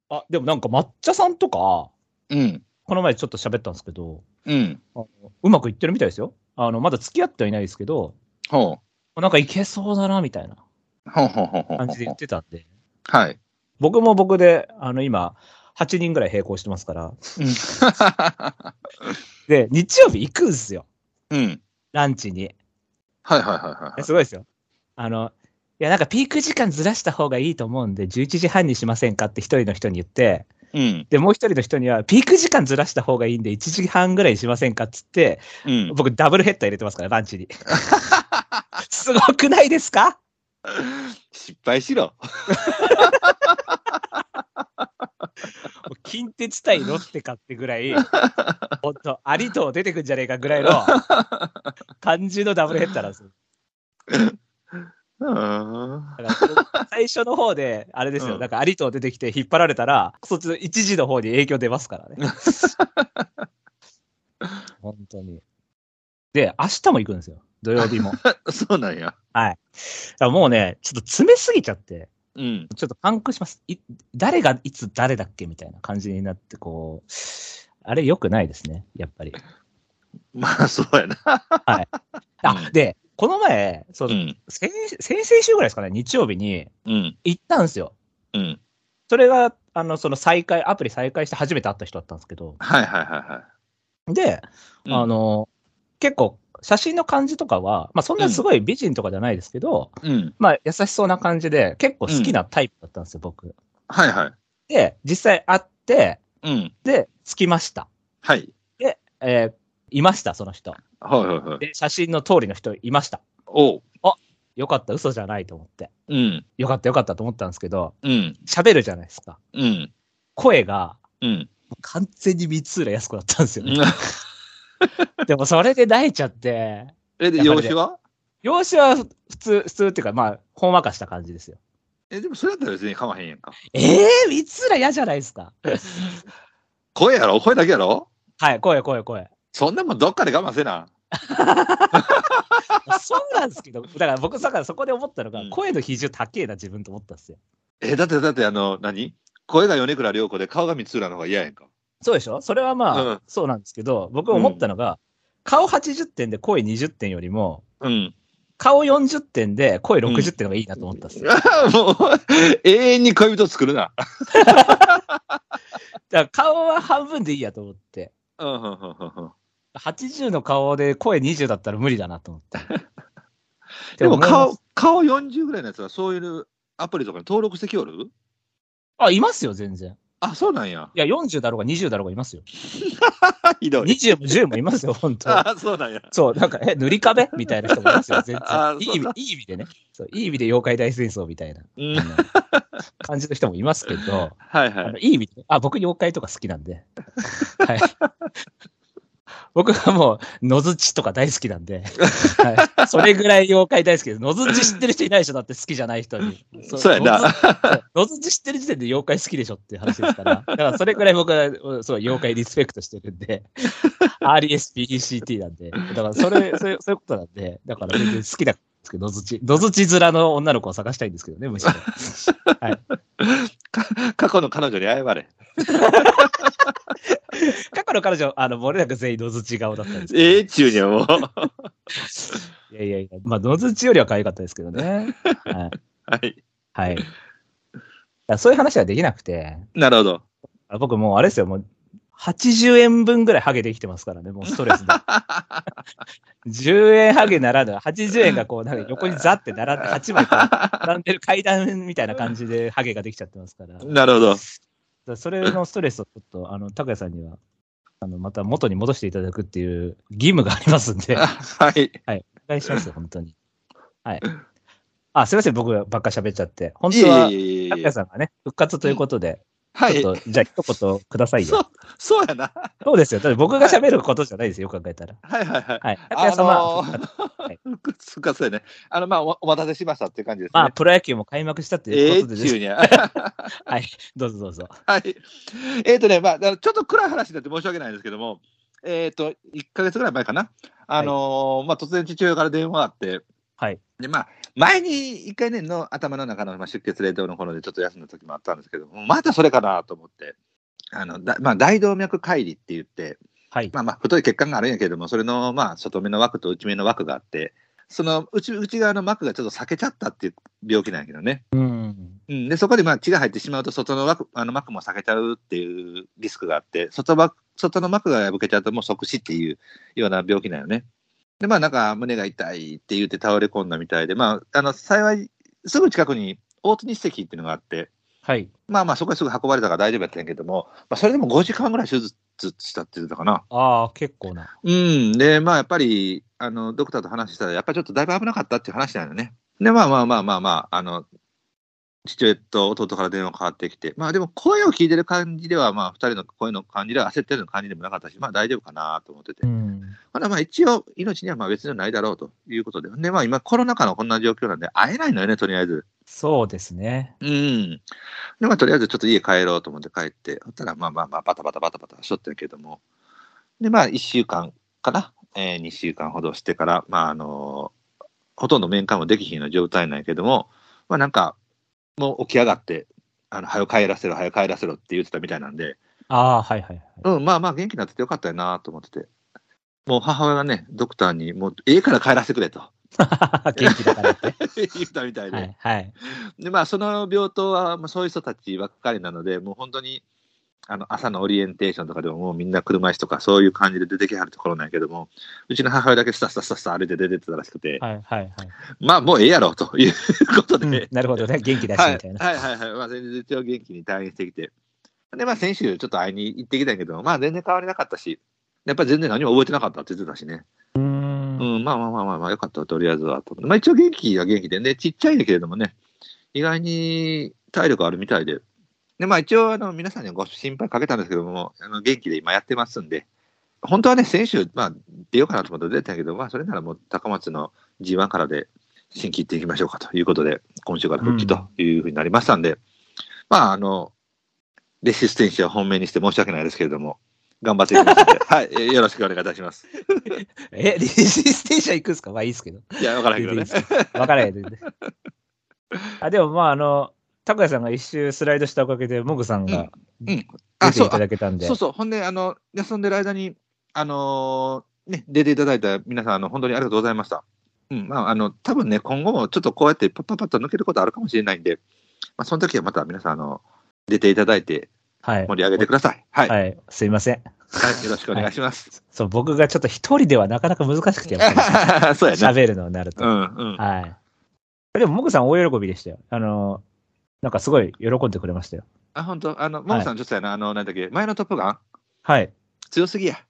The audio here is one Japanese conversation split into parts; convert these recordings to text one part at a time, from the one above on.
あ、でもなんか抹茶さんとか、 うん。 この前ちょっと喋ったんですけど、 うん。 うまくいってるみたいですよ。まだ付き合ってはいないですけど、 ほなんかいけそうだな、みたいなう。ほうほうほうほう感じで言っほうほう。 てたんで、 はい。 僕も僕で、今、8人ぐらい並行してますから、 うん。 で、日曜日行くんですよ、 うん。 ランチに。 はいはいはいはいはすごいですよ。いや、なんかピーク時間ずらした方がいいと思うんで、11時半にしませんかって一人の人に言って、 い。うん。 で、もう一人の人には、ピーク時間ずらした方がいいんで、1時半ぐらいにしませんかっつって、 うん。 僕、ダブルヘッダー入れてますから、ランチに。すごくないですか？ 失敗しろ。 近鉄対ロッテかってぐらい、ほんと、アリと出てくんじゃねえかぐらいの感じのダブルヘッダーなんですよ。だから最初の方で、あれですよ、なんかアリと出てきて引っ張られたら、そっちの一時の方に影響出ますからね。本当に。で、明日も行くんですよ。土曜日も。 そうなんや。 はい。だからもうね、ちょっと詰めすぎちゃって、 うん。 ちょっとパンクします。誰がいつ誰だっけみたいな感じになって、こう、あれ良くないですね、やっぱり。 まあ、そうやな。 はい。あ、で、この前、 うん。 先々週ぐらいですかね、日曜日にうん。 行ったんですよ。 うん。 それが、そのアプリ再開して初めて会った人だったんですけど、 はいはいはいはで、 い。うん。 結構、写真の感じとかは、まあ、そんうん。 なすごい美人とかじゃないですけど、 うん。 まあ、優しそうな感じで、結構好うん。 きなタイプだったんですよ、僕。 はいはい。 で、実際会って、 うん。 で、着きました。 はい。 で、いました、その人。 はいはいはい。 で、写真の通りの人いました。 おう。 あ、よかった、嘘じゃないと思って。 うん。 よかった、よかったと思ったんですけど、 うん。 喋るじゃないですか。 うん。 声が、 うん。 完全に三浦靖子だったんですよね。 うん。 でもそれで泣いちゃって、 で、 やっぱりね、 養子は容姿は普通っていうか、まあ、ほんわかした感じですよ。 でもそれだったら別に構わへんやんか。 三浦嫌じゃないですか。 声やろ声だけやろはい、声。 そんなもんどっかで我慢せな。 そうなんですけど、だから僕、だからそこで思ったのが、 うん。 声の比重高えな、自分と思ったんですよ。 だって何声が米倉涼子で顔が三浦の方が嫌やんか。 そうでしょ？それはまあ、 うん。 そうなんですけど、僕思っうん。 たのが、顔80点で声20点よりも、 うん。 顔40点で声うん。 60点の方がいいなと思ったんですよ。 もう、永遠に恋人作るな。 だから顔は半分でいいやと思って、 うん、うん、うん、うん。 80の顔で声20だったら無理だなと思って。ってでも思います。 顔40ぐらいのやつはそういうアプリとかに登録してきおる？ あ、いますよ、全然。 あ、そうなんや。 いや、40だろうが20だろうがいますよ。 ひどい。 20も10もいますよ、本当。 あ、そうなんや。 そう、なんか、塗り壁みたいな人もいますよ、全然。 あ、そんな。 いい意味でね。そう、いい意味で妖怪大戦争みたいな、 うん。 感じの人もいますけど、 はいはい。 いい意味で、僕妖怪とか好きなんで。はい。僕はもう、野づちとか大好きなんで、はい。それぐらい妖怪大好きです。野づち知ってる人いないでしょ？だって好きじゃない人に。 そうやな。 野づち知ってる時点で妖怪好きでしょっていう話ですから。だからそれぐらい僕は、そう、妖怪リスペクトしてるんで、RESPECT なんで、だからそういうことなんで、だから全然好きなんですけど、野づち面の女の子を探したいんですけどね、むしろ。はい。 過去の彼女に謝れ。 過去の彼女、漏れなく全員野づち顔だったんですけど。 中にはもう。 いや、まあ、野づちよりは可愛かったですけどね。はい。 はい。 はい。そういう話はできなくて、 なるほど。 僕もうあれですよ、もう80円分ぐらいハゲできてますからね、もうストレスで。10円ハゲならぬ、80円がこう、なんか横にザって並んで、8枚こう、並んでる階段みたいな感じでハゲができちゃってますから。 なるほど。 それのストレスをちょっと、拓也さんには、また元に戻していただくっていう義務がありますんで、 はい。 はい、お願いします、本当に。はい。すいません、僕ばっか喋っちゃって。本い当は、 えいえいえい拓也え。 さんがね、復活ということで、 はい。 ちょっと、じゃあ一言くださいよ。 そうやな。 そうですよ。だって僕がはい。 喋ることじゃないですよ、よく考えたら。 はいはいはい。 はい。拓也様、復活。はい。 復活やね。まあお待たせしましたっていう感じですまあ、 ね。 プロ野球も開幕したということでです中には。 はい。どうぞどうぞ。 はい。まあ、ちょっと暗い話になって申し訳ないんですけども、1ヶ月ぐらい前かな。 はい。 まあ、突然父親から電話があって、 はい。 で、まあ、 前に一回ね、の頭の中の出血冷凍の頃でちょっと休んだ時もあったんですけど、またそれかなと思って、大動脈解離って言って、 はい。 太い血管があるんやけども、それの外目の枠と内目の枠があって、その内側の膜がちょっと裂けちゃったっていう病気なんやけどね。で、そこで血が入ってしまうと、外の膜も裂けちゃうっていうリスクがあって、外の膜が破けちゃうともう即死っていうような病気なんよね。で、なんか胸が痛いって言って倒れ込んだみたいで、幸い、すぐ近くに大津日赤っていうのがあって、 はい。 そこにすぐ運ばれたから大丈夫やったんやけども、それでも5時間ぐらい手術したって言ってたかな。 ああ、結構な。 で、やっぱり、ドクターと話したら、やっぱりちょっとだいぶ危なかったっていう話なんよね。で、父親と弟から電話かかってきて、でも声を聞いてる感じでは、2人の声の感じでは焦ってるの感じでもなかったし、大丈夫かなと思ってて。一応、命には別にはないだろうということで。で、今コロナ禍のこんな状況なんで、会えないのよね、とりあえず。 そうですね。 で、とりあえずちょっと家帰ろうと思って帰って、そしたら、バタバタしとったんやけども。で、1週間かな、2週間ほどしてから、ほとんど面会もできひんの状態なんやけども、なんか、もう起き上がって、早く帰らせろって言ってたみたいなんで、 ああ、はいはいはい。 元気になっててよかったよなと思ってて。もう母親がね、ドクターに、もう家から帰らせてくれと。 元気だからって。 言ったみたいで。 はいはい。 で、その病棟は、そういう人たちばっかりなので、もう本当に、朝のオリエンテーションとかでももうみんな車椅子とかそういう感じで出てきはるところなんやけども、うちの母親だけスタスタ歩いて出てってたらしくて、 はいはいはい。 もうええやろということで、 なるほどね。元気だしみたいな。 全然一応元気に退院してきて、で、先週ちょっと会いに行ってきたんやけど、全然変わりなかったし、やっぱり全然何も覚えてなかったって言ってたしね。よかった、とりあえずは。一応元気は元気で、ね、ちっちゃいんだけれどもね、意外に体力あるみたいで、で、一応、皆さんにご心配かけたんですけども、元気で今やってますんで、本当はね、先週、出ようかなと思って出たんやけど、それならもう高松の G1 からで、新規行っていきましょうかということで、今週から復帰というふうになりましたんで、レシステンシアを本命にして申し訳ないですけれども、頑張っていきますので、はい、よろしくお願いいたします。 レシステンシャ行くんすか？いいっすけど。 いや、わからないけどね。 わからないけどね。でも拓也さんが一周スライドしたおかげで、モグさんが出ていただけたんで。 ほんで、休んでる間に、出ていただいた皆さん、本当にありがとうございました。多分ね、今後もちょっとこうやってパッと抜けることあるかもしれないんで、その時はまた皆さん、出ていただいて、盛り上げてください。 はい。すいません。 はい、よろしくお願いします。 そう、僕がちょっと一人ではなかなか難しくて、やっぱり。そうやね。喋るのになると。はい。でも、モグさん大喜びでしたよ。なんかすごい喜んでくれましたよ。 本当モグさん、ちょっとやな、なんだっけ、前のトップガンはい。 強すぎや。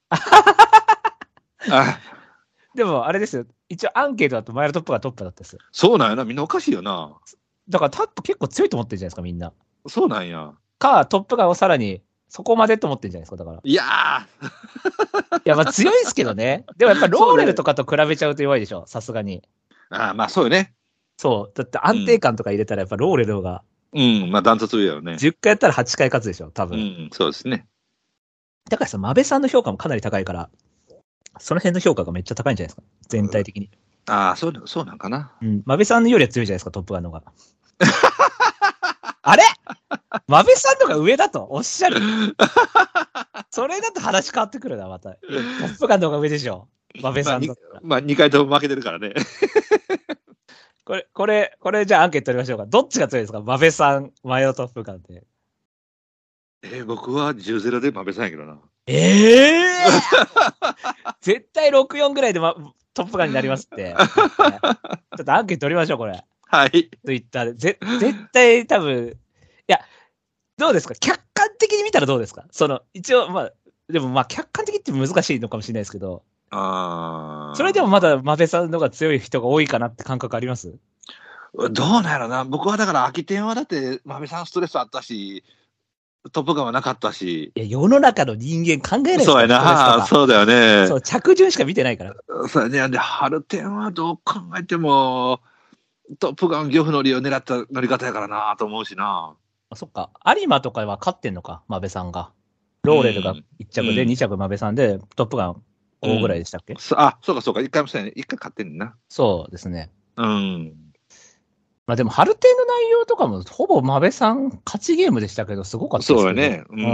でも、あれですよ。一応アンケートだと前のトップがトップだったですよ。 そうなんやな、みんなおかしいよな。 だからタップ結構強いと思ってるじゃないですか、みんな。 そうなんや。 トップガンをさらに、そこまでと思ってるじゃないですか、だから。 いや強いですけどね。でもやっぱローレルとかと比べちゃうと弱いでしょ、さすがに。 そうよね。 そう。だって安定感とか入れたらやっぱローレルが。 ダントツ上よね。 10回やったら8回勝つでしょ、多分。 そうですね。 だから真部さんの評価もかなり高いから、その辺の評価がめっちゃ高いんじゃないですか、全体的に。 そうなんかな。 真部さんよりは強いじゃないですか、トップガンの方が。あれ真部さんの方が上だとおっしゃる。それだと話変わってくるな、また。トップガンの方が上でしょ。真部さんだったら。 2回とも負けてるからね。 これじゃあアンケート取りましょうか。どっちが強いですか？真部さん、前のトップガンで。 僕は10-0で真部さんやけどな。 絶対6-4ぐらいで、トップガンになりますって。ちょっとアンケート取りましょう、これ。 はい。 ツイッターで。絶対多分、いや、どうですか？客観的に見たらどうですか？一応、でも客観的って難しいのかもしれないですけど、それでもまだ真部さんの方が強い人が多いかなって感覚あります？ どうなんやろな。僕はだから空き店はだって真部さんストレスあったし、トップガンはなかったし。 いや、世の中の人間考えないですそうやな。そうだよね。 そう、着順しか見てないから。 そうやね。で、春天はどう考えても、トップガン漁夫の利を狙った乗り方やからなと思うしな。 そっか。有馬とかは勝ってんのか、真部さんが。ローレルが1着で、2着真部さんで、トップガン5ぐらいでしたっけ？ そうか。1回もそうやね。1回勝ってんねんな。 そうですね。 うん。 まあでも、春天の内容とかも、ほぼ馬部さん勝ちゲームでしたけど、すごかったですけど。 そうよね。 うん。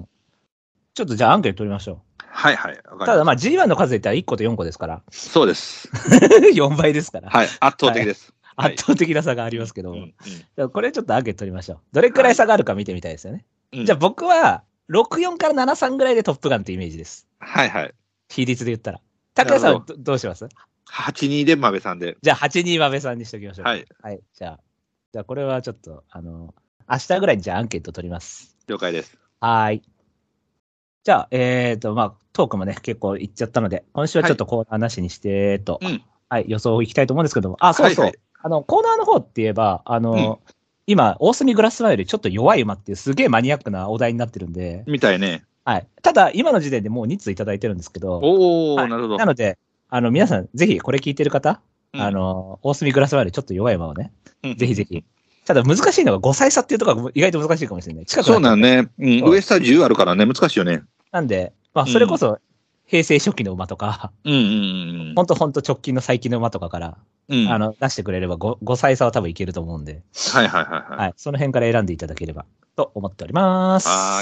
ちょっとじゃあアンケート取りましょう。 はいはい。 ただまあ G1 の数で言ったら1個と4個ですから。 そうです。 4倍ですから。 はい。圧倒的です。 はい、圧倒的な差がありますけど、これちょっとアンケート取りましょう。どれくらい差があるか見てみたいですよね。はい、じゃあ僕は、64から73ぐらいでトップガンってイメージです。 はいはい。 比率で言ったら。高谷さんはどうします ?82 で馬部さんで。 じゃあ82馬部さんにしておきましょう。はい。はい。じゃあこれはちょっと、明日ぐらいにじゃあアンケート取ります。 了解です。 はい。じゃあ、まあ、トークもね、結構いっちゃったので、今週はちょっとコーナーなしにして、はい、予想をいきたいと思うんですけども、そうそう。はいはい、コーナーの方って言えば、今、大隅グラスワイよりちょっと弱い馬っていうすげえマニアックなお題になってるんで。 みたいね。 はい。ただ、今の時点でもう2通いただいてるんですけど。 はい、なるほど。 なので、皆さん、ぜひこれ聞いてる方、大隅グラスワイよりちょっと弱い馬をね、ぜひぜひ。ただ難しいのが5歳差っていうところが意外と難しいかもしれない。近くそうなんね。上下10あるからね、難しいよね。 なんで、まあ、それこそ、平成初期の馬とか、ほんと直近の最近の馬とかから、出してくれれば 5歳差は多分いけると思うんで、 はいはいはい。はい。 その辺から選んでいただければと思っております。 はい。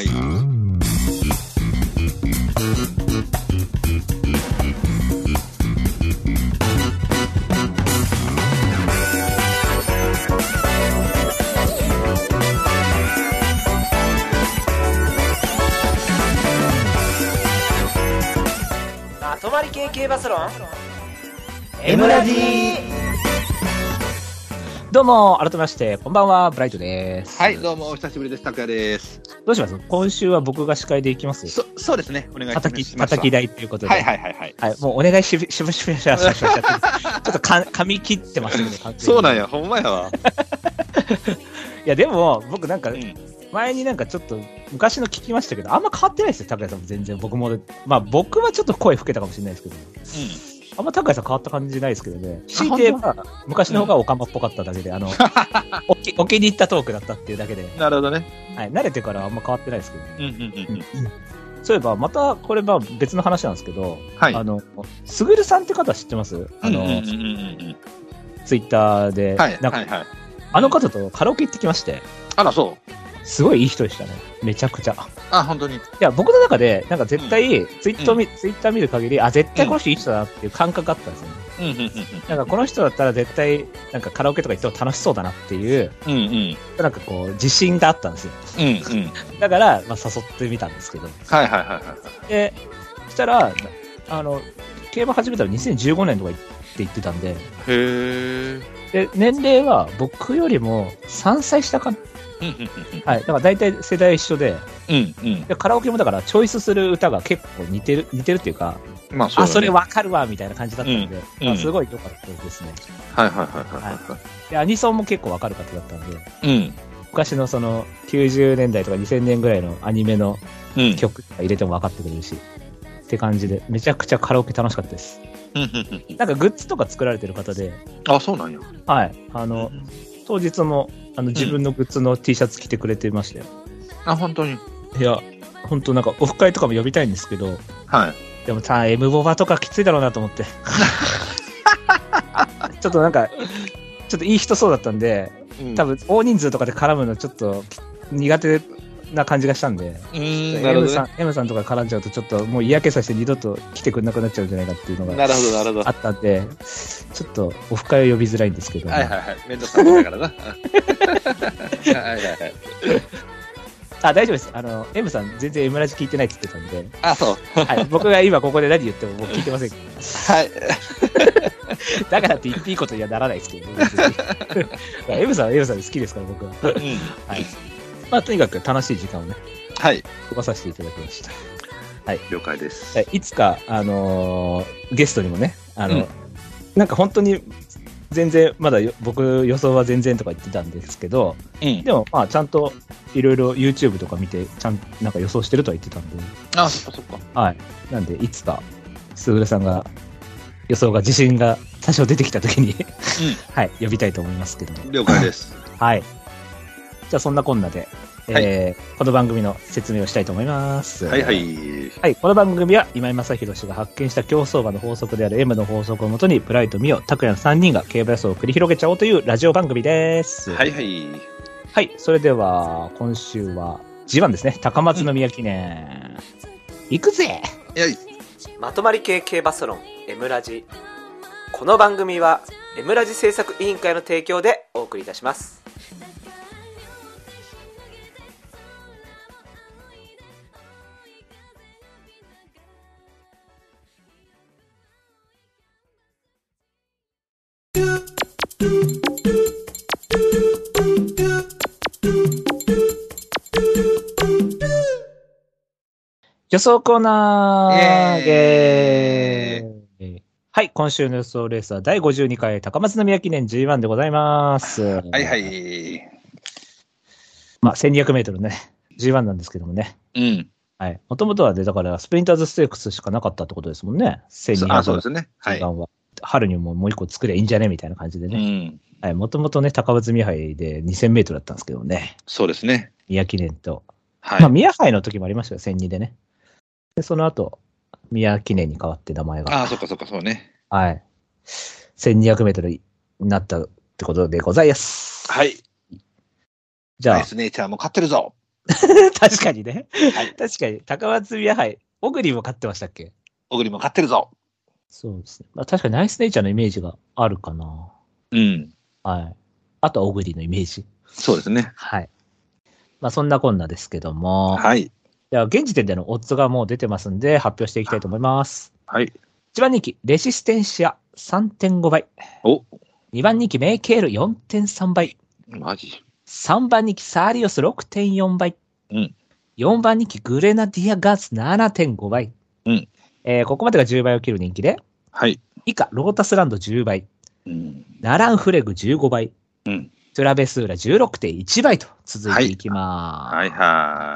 泊まり系系バスロン M ラジー。どうも改めましてこんばんは、ブライトです。 はい、どうもお久しぶりです。拓也です。 どうします？今週は僕が司会でいきます？ そうですね、お願いします。 叩き台ということで、はい、もうお願いしましちょっと噛み切ってましたけど。 そうなんや、ほんまやわ。 いやでも僕なんか、前になんかちょっと昔の聞きましたけど、あんま変わってないですよ、拓也さんも全然。僕も、まあ僕はちょっと声老けたかもしれないですけど、あんま拓也さん変わった感じないですけどね。強いて言えば、昔の方がオカマっぽかっただけで、お気に入ったトークだったっていうだけで。 なるほどね。 はい、慣れてからあんま変わってないですけど。そういえば、またこれは別の話なんですけど、すぐるさんって方知ってます？ツイッターで、なんか、あの方とカラオケ行ってきまして。 あら、そう。 すごいいい人でしたね。めちゃくちゃ。 あ、本当に。いや、僕の中で、なんか絶対、ツイッター見る限り、絶対この人いい人だなっていう感覚があったんですよね。なんかこの人だったら絶対、なんかカラオケとか行っても楽しそうだなっていう、なんかこう、自信があったんですよ。だから、まあ誘ってみたんですけど。で、そしたら、競馬始めたら2015年とかって言ってたんで、で、年齢は僕よりも3歳下かな。はい。だから大体世代一緒で、でカラオケもだからチョイスする歌が結構似てるっていうか、まあそうね、それわかるわみたいな感じだったんで、すごい良かったですね。で、アニソンも結構わかる方だったんで、昔のその90年代とか2000年ぐらいのアニメの曲とか入れても分かってくれるし、って感じで、めちゃくちゃカラオケ楽しかったです。なんかグッズとか作られてる方で、 あ、そうなんや。 はい。当日も自分のグッズの T シャツ着てくれてましたよ。 あ、本当に。 いや、本当なんかオフ会とかも呼びたいんですけど、 はい。 でもM ボバとかきついだろうなと思って。ちょっとなんか、ちょっといい人そうだったんで、多分大人数とかで絡むのちょっと苦手な感じがしたんで、M さんとか絡んじゃうとちょっともう嫌気させて二度と来てくれなくなっちゃうんじゃないかっていうのがあったんで、ちょっとオフ会を呼びづらいんですけど。 めんどくさいだからな。 大丈夫です。M さん全然 M ラジ聞いてないって言ってたんで。 あ、そう。 はい。僕が今ここで何言ってももう聞いてませんけど。 はい。 だからって言っていいことにはならないですけどね。M さんは M さんで好きですから、僕は。はい。まあ、とにかく楽しい時間をね。 はい。 過ごさせていただきました。はい。 了解です。 いつか、ゲストにもね、なんか本当に、全然、まだ僕予想は全然とか言ってたんですけど、でもまあちゃんといろいろ YouTube とか見て、なんか予想してるとは言ってたんで。 あ、そっかそっか。 はい。なんで、いつか、すぐるさんが、予想が自信が多少出てきたときに、はい、呼びたいと思いますけども。 了解です。 はい。 じゃあそんなこんなで、この番組の説明をしたいと思います。 はいはい。 はい、この番組は今井正弘氏が発見した競走馬の法則である M の法則をもとに、ブライト、ミオ、拓也の3人が競馬予想を繰り広げちゃおうというラジオ番組です。 はいはい。 はい、それでは今週は G1 ですね。高松宮記念。行くぜ。 まとまり系競馬サロン M ラジ。この番組は M ラジ制作委員会の提供でお送りいたします。 予想コーナーゲー。はい、今週の予想レースは第52回高松宮記念 G1 でございます。 はいはい。 まあ、1200メートルね、G1 なんですけどもね。 うん。 はい。もともとはね、だからスプリンターズステークスしかなかったってことですもんね。1200。 そうですね。はい。 G1 は。春にもう一個作りゃいいんじゃねみたいな感じでね。 うん。 はい。もともとね、高松宮杯で2000メートルだったんですけどね。 そうですね。 宮記念と。 はい。 まあ、宮杯の時もありましたよ、1002でね。で、その後、宮記念に変わって名前が。 ああ、そっかそっか、そうね。 はい。1200メートルになったってことでございます。 はい。 じゃあ。 ナイスネイチャーも勝ってるぞ。 確かにね。 はい。 確かに、高松宮杯、小栗も勝ってましたっけ？ 小栗も勝ってるぞ。 そうですね。まあ、確かにナイスネイチャーのイメージがあるかな。 うん。 はい。あとは小栗のイメージ。 そうですね。 はい。まあ、そんなこんなですけども。 はい。 では、現時点でのオッズがもう出てますんで、発表していきたいと思います。 はい。 1番人気、レシステンシア 3.5 倍。 お。 2番人気、メイケール 4.3 倍。 マジ。 3番人気、サーリオス 6.4 倍。 うん。 4番人気、グレナディアガース 7.5 倍。 うん。 ここまでが10倍を切る人気で。 はい。 以下、ロータスランド10倍。 うん。 ナランフレグ15倍。 うん。 トゥラベスーラ 16.1 倍と続いていきます。 はいはい。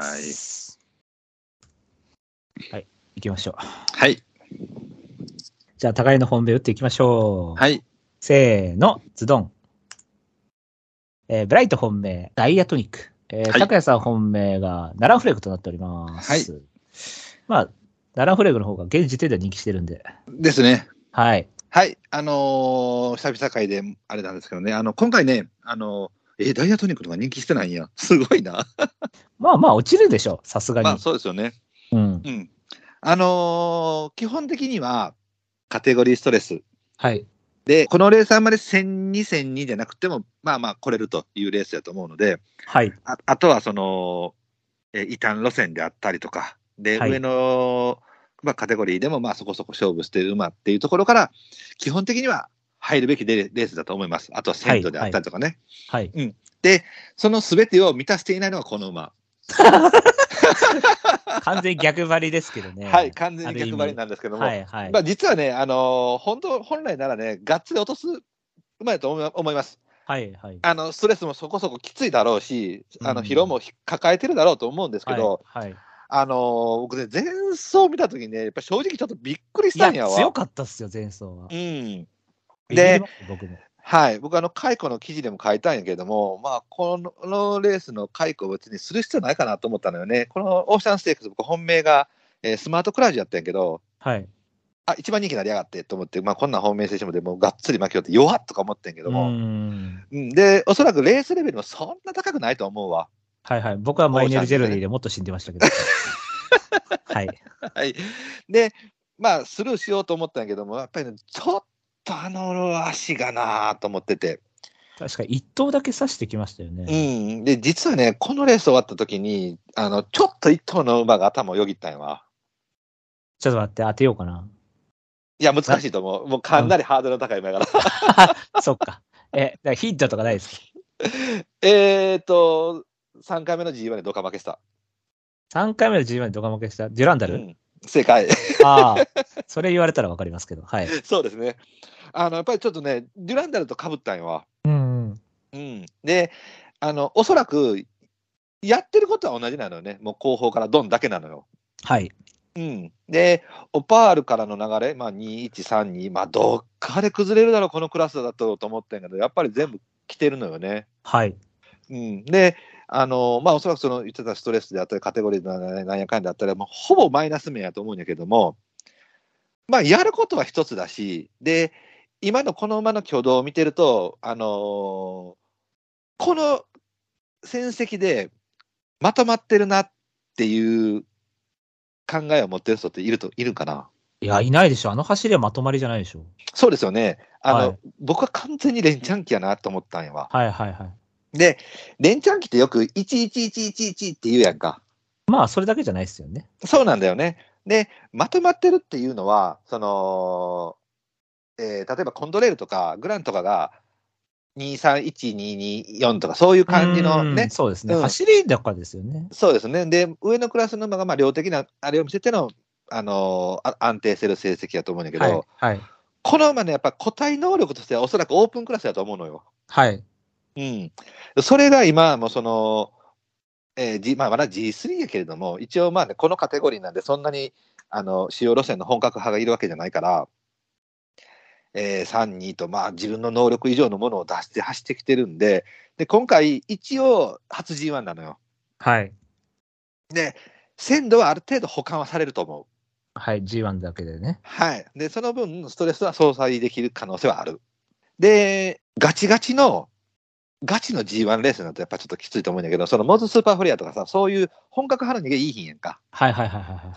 はい、行きましょう。 はい。 じゃあ、互いの本命打っていきましょう。 はい。 せーの、ズドン。ブライト本命、ダイヤトニック。拓也さん本命がナランフレグとなっております。はい。まあ、ナランフレグの方が現時点では人気してるんで。 ですね。 はい。 はい。久々会であれなんですけどね、今回ね、ダイヤトニックとか人気してないんや。すごいな。 まあまあ、落ちるでしょ、さすがに。 まあ、そうですよね。 うん。 うん。基本的には、カテゴリーストレス。 はい。 で、このレースあんまり1002、1002じゃなくても、まあまあ来れるというレースだと思うので、 はい。 あとは異端路線であったりとか、で、はい、上の、まあ、カテゴリーでもまあそこそこ勝負している馬っていうところから、基本的には入るべきレースだと思います。あとは鮮度であったりとかね。 はい。 うん。で、その全てを満たしていないのがこの馬。 完全に逆張りですけどね。 はい、完全に逆張りなんですけども、はいはい、まあ、実はね、本来ならね、がっつり落とす馬だと思います。 はいはい、 ストレスもそこそこきついだろうし、疲労も抱えてるだろうと思うんですけど、はいはい、僕ね、前走見たときね、やっぱ正直ちょっとびっくりしたんやわ。 いや、強かったっすよ、前走は。 うん。で、はい、僕解雇の記事でも書いたんやけども、まあ、このレースの解雇を別にする必要ないかなと思ったのよね。このオーシャンステークス、僕本命が、スマートクラウジやったんやけど、 はい、 一番人気になりやがってと思って、まあ、こんな本命選手もでもがっつり巻き寄って弱っとか思ってんけども、で、おそらくレースレベルもそんな高くないと思うわ。 はいはい、僕はマイネル・ジェルディでもっと死んでましたけど。はい。 はい。で、まあ、スルーしようと思ったんやけども、やっぱりね、ちょっと足がなと思ってて。 確かに1頭だけ刺してきましたよね。 うん。で、実はね、このレース終わった時に、ちょっと1頭の馬が頭をよぎったんやわ。 ちょっと待って、当てようかな。 いや、難しいと思う。もうかなりハードルの高い馬やから。 そっか。ヒントとかないですか ？3回目の G1 でドカ負けした。 3回目の G1 でドカ負けした。デュランダル、うん、 正解。 ああ、それ言われたら分かりますけど。はい。 そうですね。やっぱりちょっとね、デュランダルと被ったんよわ。 うん。 うん。で、おそらく、やってることは同じなのよね。もう後方からドンだけなのよ。 はい。 うん。で、オパールからの流れ、まあ、2、1、3、2、まあ、どっかで崩れるだろう、このクラスだと思ってんけど、やっぱり全部来てるのよね。 はい。 うん。で、 おそらくその言ってたストレスであったり、カテゴリーのなんやかんだあったり、もうほぼマイナス面やと思うんやけども、やることは一つだし、で、今のこの馬の挙動を見てると、この戦績でまとまってるなっていう考えを持ってる人っているかな？ いや、いないでしょ。あの走りはまとまりじゃないでしょ。 そうですよね。 はい、 僕は完全に連チャン期やなと思ったんやわ。 はいはいはい。 で、連チャン期ってよく1111って言うやんか。 まあ、それだけじゃないですよね。 そうなんだよね。で、まとまってるっていうのは、例えばコントレールとかグランとかが231224とかそういう感じのね。 そうですね。走り高ですよね。 そうですね。で、上のクラスの馬が量的なあれを見せての、安定してる成績だと思うんだけど、 はいはい、 この馬ね、やっぱ個体能力としてはおそらくオープンクラスだと思うのよ。 はい。 それが今もまだ G3 やけれども、一応ね、このカテゴリーなんで、そんなに主要路線の本格派がいるわけじゃないから、3、2と、自分の能力以上のものを出して走ってきてるんで、今回、一応、初 G1 なのよ。 はい。 で、鮮度はある程度保管はされると思う。 はい、G1 だけでね。 はい。で、その分、ストレスは相殺できる可能性はある。で、ガチの G1 レースになるとやっぱちょっときついと思うんだけど、そのモズスーパーフレアとかさ、そういう本格派の逃げいいひんやんか。 はいはいはいはいはい。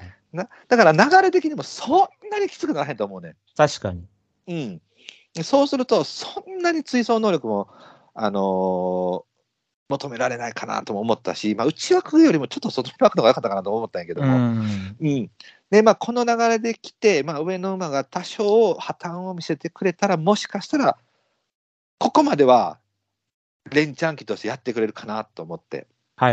だから流れ的にもそんなにきつくならへんと思うね。 確かに。 そうすると、そんなに追走能力も、求められないかなとも思ったし、内枠よりもちょっと外枠の方が良かったかなと思ったんやけども、で、この流れで来て、上の馬が多少破綻を見せてくれたら、もしかしたら、ここまでは連チャン期としてやってくれるかなと思って。 はい。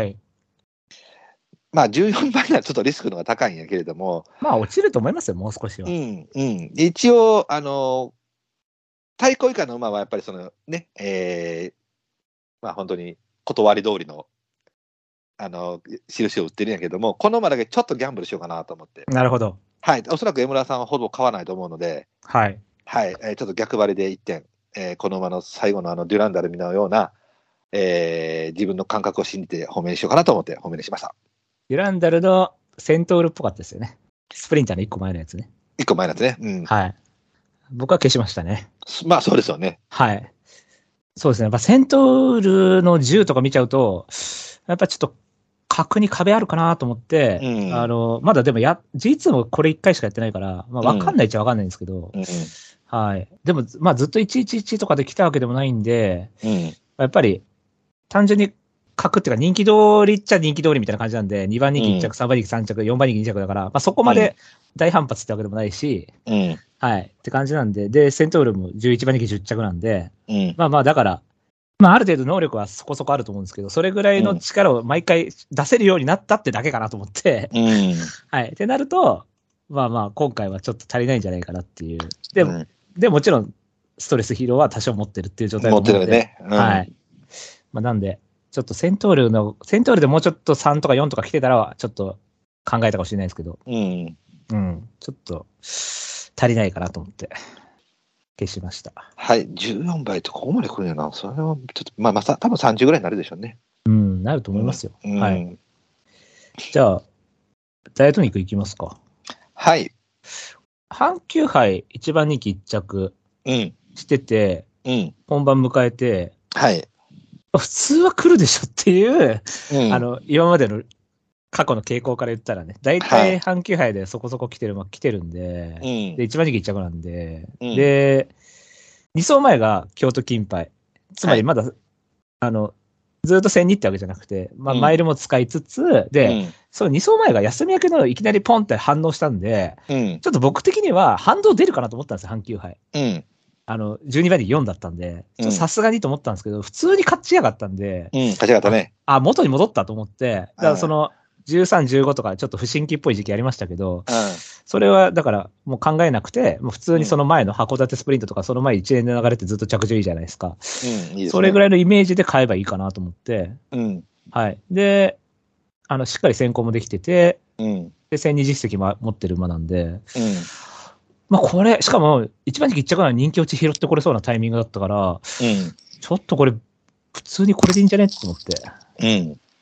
14倍ならちょっとリスクの方が高いんやけれども。 落ちると思いますよ、もう少しは。 一応、対抗以下の馬はやっぱりそのね、本当に断り通りの、印を売ってるんやけども、この馬だけちょっとギャンブルしようかなと思って。 なるほど。 はい。おそらく江村さんはほぼ買わないと思うので、 はい。 はい。ちょっと逆張りで1点、この馬の最後のデュランダルミのような、自分の感覚を信じて褒めにしようかなと思って褒めにしました。 デュランダルのセントールっぽかったですよね。スプリンターの1個前のやつね。 1個前のやつね。 はい。僕は消しましたね。 そうですよね。 はい。そうですね。やっぱセントールの10とか見ちゃうと、やっぱちょっと格に壁あるかなと思って、まだでもG2 もこれ1回しかやってないから、わかんないっちゃわかんないんですけど、はい。でも、ずっと111とかで来たわけでもないんで、やっぱり単純に格っていうか人気通りっちゃ人気通りみたいな感じなんで、2番人気1着、3番人気3着、4番人気2着だから、そこまで大反発ってわけでもないし、はい。って感じなんで、で、セントールも11番人気10着なんで、だから、ある程度能力はそこそこあると思うんですけど、それぐらいの力を毎回出せるようになったってだけかなと思って、はい。ってなると、今回はちょっと足りないんじゃないかなっていう。でもちろん、ストレス疲労は多少持ってるっていう状態持ってるね。 はい。なんで、ちょっとセントールでもうちょっと3とか4とか来てたら、ちょっと考えたかもしれないですけど、ちょっと足りないかなと思って、消しました。 はい、14倍とここまで来るんやな。それはちょっと、多分30ぐらいになるでしょうね。 なると思いますよ。はい。じゃあ、ダイエット肉いきますか。 はい。 阪急杯1番人気1着してて、本番迎えて、 はい。 普通は来るでしょっていう、今までの過去の傾向から言ったらね、大体阪急杯でそこそこ来てるんで、で、1番人気1着なんで、で、2走前が京都金杯。つまりまだ、ずっと1002ってわけじゃなくて、マイルも使いつつ、で、その2走前が休み明けのいきなりポンって反応したんで、ちょっと僕的には反動出るかなと思ったんですよ、阪急杯。12番に4だったんで、さすがにと思ったんですけど、普通に勝ちやがったんで、 勝ちやがったね。 元に戻ったと思って、だからその、13、15とかちょっと不審期っぽい時期ありましたけど、それはだからもう考えなくて、もう普通にその前の函館スプリントとかその前1年で流れてずっと着順いいじゃないですか。いいですね。それぐらいのイメージで買えばいいかなと思って、はい。で、しっかり先行もできてて、で、1002実績も持ってる馬なんで、これ、しかも一番人気1着なら人気落ち拾ってこれそうなタイミングだったから、ちょっとこれ、普通にこれでいいんじゃねって思って。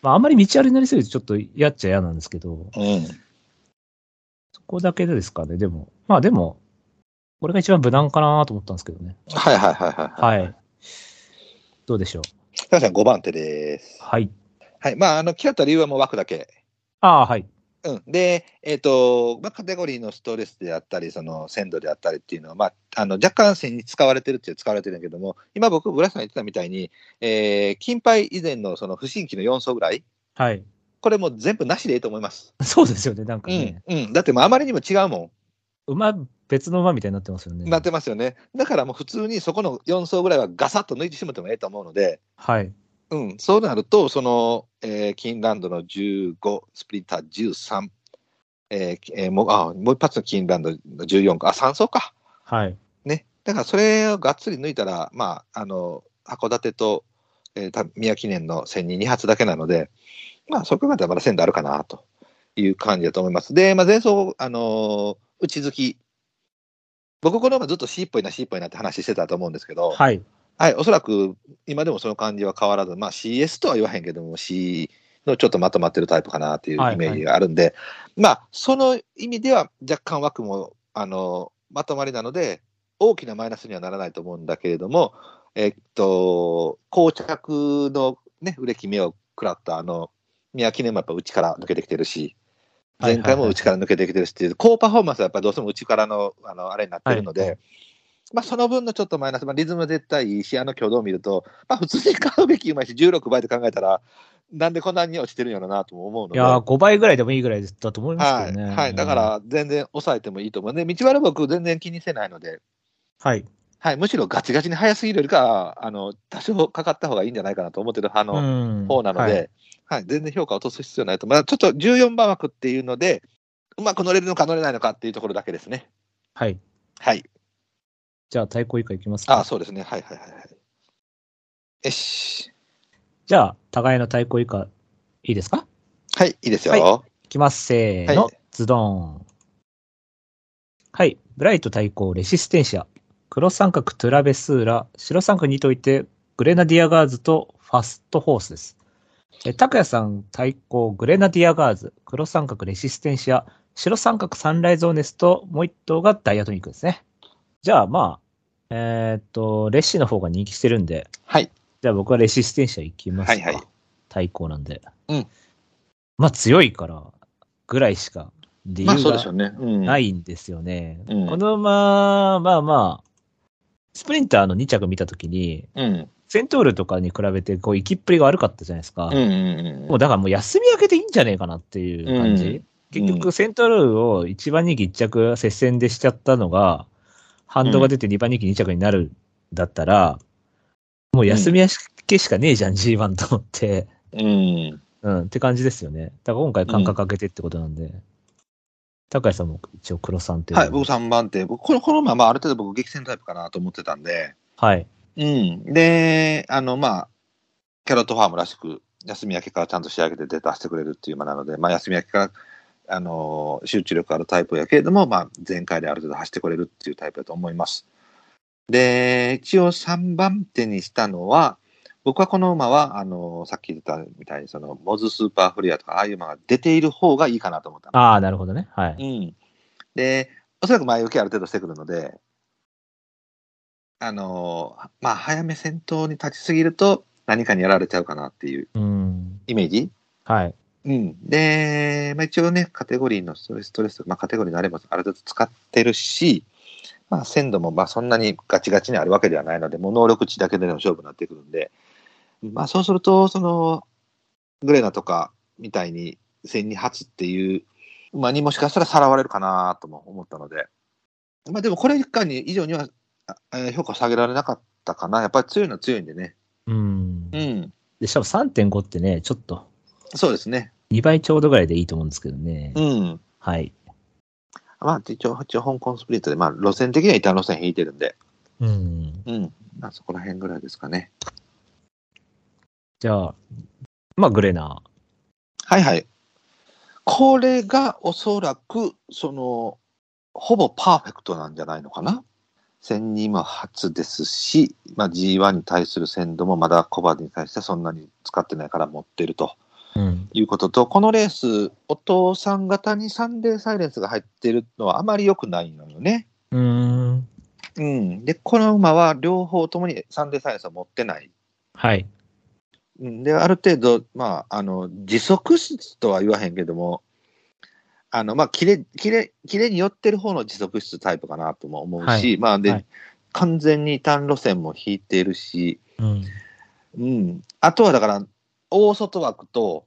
まあ、あんまり道ありになりすぎるとちょっと嫌っちゃ嫌なんですけど、そこだけでですかね。でも、これが一番無難かなと思ったんですけどね。 はいはいはいはい。 はい。どうでしょう。 高橋さん5番手です。 はい。 はい。まあ、決まった理由はもう枠だけ。 ああ、はい。 で、まあ、カテゴリーのストレスであったり、その鮮度であったりっていうのは、まあ、若干線に使われてるって使われてるんだけども、今僕、ブラスさん言ってたみたいに、金杯以前のその不新規の4層ぐらい、 はい。 これもう全部なしでいいと思います。 そうですよね、なんかね。 だってもうあまりにも違うもん。別の馬みたいになってますよね。 なってますよね。だからもう普通にそこの4層ぐらいはガサッと抜いてしまってもいいと思うので、 はい。 そうなると、その、キンランドの15、スプリンター13、もう一発のキンランドの14か、3層か。 はい。 ね。だからそれをがっつり抜いたら、まあ、函館と、宮記念の戦に2発だけなので、まあ、そこまではまだ鮮度あるかなという感じだと思います。で、まあ、前走、内づき、僕このままずっと C っぽいなって話してたと思うんですけど、 はい。 はい、おそらく今でもその感じは変わらず、まあ、CS とは言わへんけども、C のちょっとまとまってるタイプかなっていうイメージがあるんで、まあ、その意味では若干枠もまとまりなので、大きなマイナスにはならないと思うんだけれども、膠着の、ね、売れ決めを食らった宮記念もやっぱ内から抜けてきてるし、前回も内から抜けてきてるしっていう、高パフォーマンスはやっぱりどうしても内からのあれになってるので、まあ、その分のちょっとマイナス、まあ、リズムは絶対いいし、挙動を見ると、まあ、普通に買うべき馬やし、16倍で考えたら、なんでこんなに落ちてるんやろうなとも思うので。 いやー、5倍ぐらいでもいいぐらいだと思いますけどね。 はい。はい。だから、全然抑えてもいいと思う。で、道は僕、全然気にしてないので、 はい。 はい。むしろガチガチに速すぎるよりかは、多少かかった方がいいんじゃないかなと思ってる派の方なので、はい。全然評価を落とす必要ないと。まあ、ちょっと14番枠っていうので、うまく乗れるのか乗れないのかっていうところだけですね。 はい。 はい。 じゃあ、対抗以下いきますか。 そうですね。はいはいはいはい。よし。 じゃあ、互いの対抗以下、いいですか？ はい、いいですよ。 はい、いきます。せーの、 はい、 ズドーン。はい。ブライト対抗レシステンシア。黒三角トゥラベスーラ。白三角にといて、グレナディアガーズとファストホースです。拓也さん対抗グレナディアガーズ。黒三角レシステンシア。白三角サンライズオーネスと、もう一頭がダイアトニックですね。じゃあ、まあ、レッシーの方が人気してるんで。 はい。 じゃあ僕はレシステンシア行きますか。 はいはい。 対抗なんで。 うん。 まあ強いからぐらいしか理由がなないんですよね。 うん、 このまあ、スプリンターの2着見たときに、セントールとかに比べてこう行きっぷりが悪かったじゃないですか。もうだからもう休み明けでいいんじゃねえかなっていう感じ。結局セントールを1番人気1着接戦でしちゃったのが、ハンドが出て2番人気2着になるんだったら、もう休み明けしかねえじゃん、G1 と思って。って感じですよね。だから今回間隔かけてってことなんで。高谷さんも一応黒3手。 はい、僕3番手。この馬はある程度僕激戦タイプかなと思ってたんで。 はい。 で、まあ、キャロットファームらしく、休み明けからちゃんと仕上げて出してくれるっていう馬なので、まあ、休み明けから、集中力あるタイプやけれども、まあ、全開である程度走ってくれるっていうタイプだと思います。で、一応3番手にしたのは、僕はこの馬は、さっき言ったみたいに、その、モズスーパーフリアとか、ああいう馬が出ている方がいいかなと思った。 ああ、なるほどね。はい。 で、おそらく前受けある程度してくるので、まあ、早め先頭に立ちすぎると、何かにやられちゃうかなっていうイメージ。 はい。 で、まあ、一応ね、カテゴリーのストレス、まあ、カテゴリーのあれもある程度使ってるし、まあ、鮮度もまあそんなにガチガチにあるわけではないので、もう能力値だけでの勝負になってくるんで、まあ、そうすると、その、グレナとかみたいに12発っていう馬にもしかしたらさらわれるかなとも思ったので、まあ、でもこれ以上には評価を下げられなかったかな。やっぱり強いのは強いんでね。 で、しかも 3.5 ってね、ちょっと。 そうですね。 2倍ちょうどぐらいでいいと思うんですけどね。はい。 まあ、一応香港スプリットで、まあ、路線的には一旦路線引いてるんで。まあ、そこら辺ぐらいですかね。 じゃあ、まあ、グレナー。はいはい。これがおそらく、ほぼパーフェクトなんじゃないのかな。1002も初ですし、まあ、G1 に対する鮮度もまだコバディに対してはそんなに使ってないから持ってるということと、このレース、お父さん方にサンデーサイレンスが入ってるのはあまり良くないのよね。で、この馬は両方ともにサンデーサイレンスは持ってない。 はい。 で、ある程度、持続質とは言わへんけども、キレに寄ってる方の持続質タイプかなとも思うし、完全に単路線も引いているし、あとはだから、大外枠と、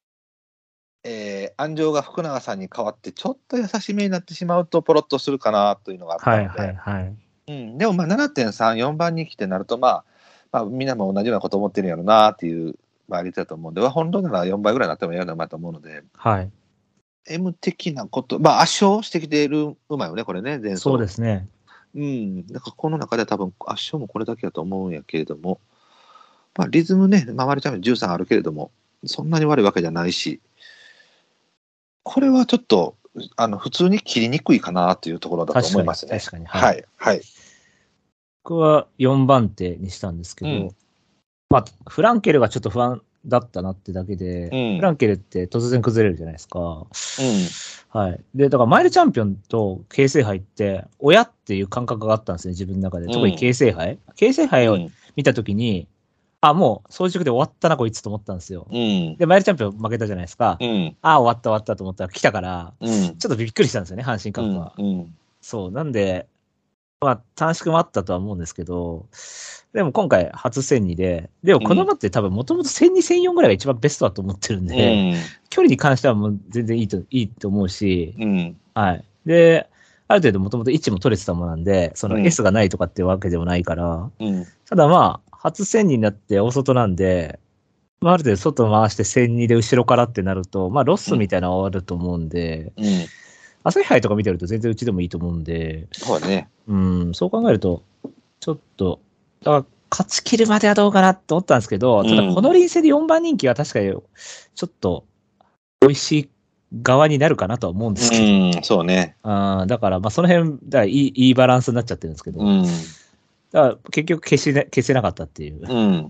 安城が福永さんに代わって、ちょっと優しめになってしまうと、ポロッとするかなというのがあったので、でも7.3、4番に来てなると、みんなも同じようなこと思ってるんやろうなっていう倍率だと思うんで、本当なら4倍ぐらいになってもやるのかなと思うので、M 的なこと、圧勝してきている馬よね、これね、前走。 そうですね。 だからこの中では多分圧勝もこれだけだと思うんやけれども、リズムね、回りちゃうに13あるけれども、そんなに悪いわけじゃないし、これはちょっと普通に切りにくいかなというところだと思いますね。 確かに。 はい。 僕は4番手にしたんですけど、フランケルがちょっと不安だったなってだけで、フランケルって突然崩れるじゃないですか。で、だからマイルチャンピオンと京成杯って、親っていう感覚があったんですね、自分の中で。特に京成杯。京成杯を見たときに、もう、早熟で終わったな、こいつと思ったんですよ。で、マイルチャンピオン負けたじゃないですか。終わったと思ったら来たから、ちょっとびっくりしたんですよね、阪神カップは。そう、なんで、短縮もあったとは思うんですけど、でも今回初1002で、でもこの馬って多分もともと1002、1004ぐらいが一番ベストだと思ってるんで、距離に関してはもう全然いいと思うし、で、ある程度もともと位置も取れてたものなんで、その S がないとかっていうわけでもないから、ただ初1000になって大外なんで、ある程度外回して1002で後ろからってなると、ロスみたいなのはあると思うんで、朝日杯とか見てると全然うちでもいいと思うんで、 そうね。 そう考えると、ちょっと、だから勝ち切るまではどうかなと思ったんですけど、ただこの臨戦で4番人気は確かにちょっと美味しい側になるかなとは思うんですけど、 そうね。 だからその辺いいバランスになっちゃってるんですけど、だから結局消せなかったっていう。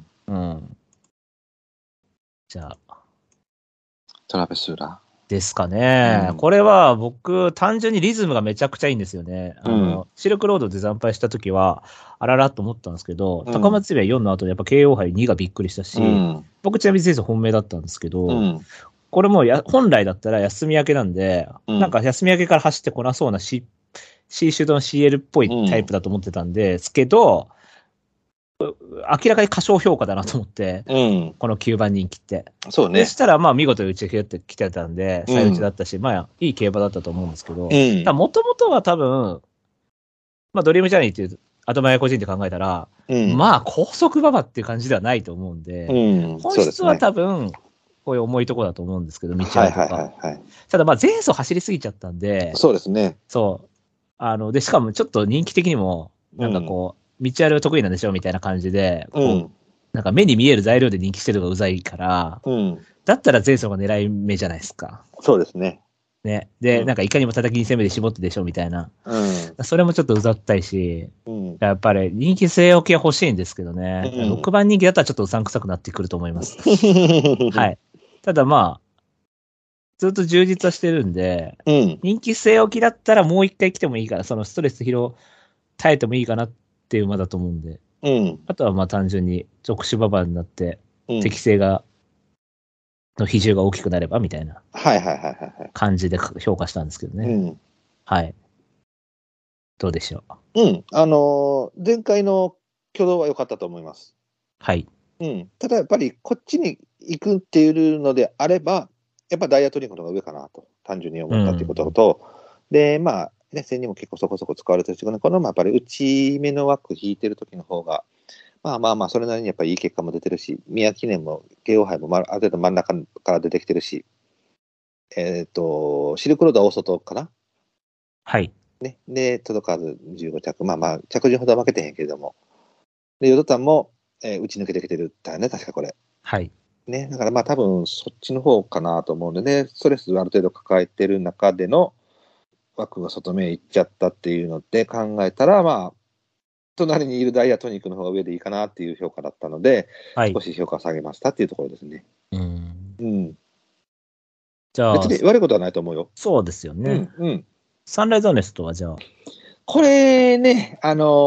じゃあ。 トラベスーラですかね。これは僕、単純にリズムがめちゃくちゃいいんですよね。シルクロードで惨敗した時は、あららと思ったんですけど、高松宮4の後でやっぱ KO 杯2がびっくりしたし、僕ちなみに前走本命だったんですけど、これも本来だったら休み明けなんで、なんか休み明けから走ってこなそうな C シュートの CL っぽいタイプだと思ってたんですけど、明らかに過小評価だなと思って、この9番人気って。 そうね。 そしたら見事に打ち切ってきてたんで、最打ちだったし、いい競馬だったと思うんですけど、もともとは多分、ドリームジャーニーっていう頭や個人で考えたら、高速馬場っていう感じではないと思うんで、本質は多分、こういう重いところだと思うんですけど、道あるとか。ただ前走走りすぎちゃったんで、 そうですね。 そう。で、しかもちょっと人気的にも、なんかこう、道ある得意なんでしょみたいな感じで、なんか目に見える材料で人気してるのがうざいから、だったら前走が狙い目じゃないですか。 そうですね。 ね。で、なんかいかにも叩き2戦目で絞ってでしょみたいな。それもちょっとうざったいし、やっぱり人気据え置きは欲しいんですけどね。6番人気だったらちょっとうさんくさくなってくると思います。はい。ただずっと充実はしてるんで、人気据え置きだったらもう一回来てもいいから、そのストレス耐えてもいいかなっていう馬だと思うんで。あとは単純に直視馬場になって、適性の比重が大きくなればみたいな感じで評価したんですけどね。はい。どうでしょう。前回の挙動は良かったと思います。 はい。 ただやっぱりこっちに行くっていうのであれば、やっぱダイヤトニックの方が上かなと、単純に思ったっていうことと、で、戦にも結構そこそこ使われてるし、このやっぱり内目の枠引いてる時の方が、それなりにやっぱりいい結果も出てるし、宮記念も、KO 杯もある程度真ん中から出てきてるし、シルクロードは大外かな。 はい。 ね。で、届かず15着。着順ほどは負けてへんけれども。で、ヨドタンも、打ち抜けてきてるんだよね、確かこれ。 はい。 ね。だから多分そっちの方かなと思うんでね、ストレスある程度抱えてる中での、枠が外目行っちゃったっていうので考えたら、隣にいるダイヤトニックの方が上でいいかなっていう評価だったので、少し評価を下げましたっていうところですね。 うん。 じゃあ、 別に悪いことはないと思うよ。 そうですよね。 うん。うん。 サンライズオネストはじゃあ。 これね、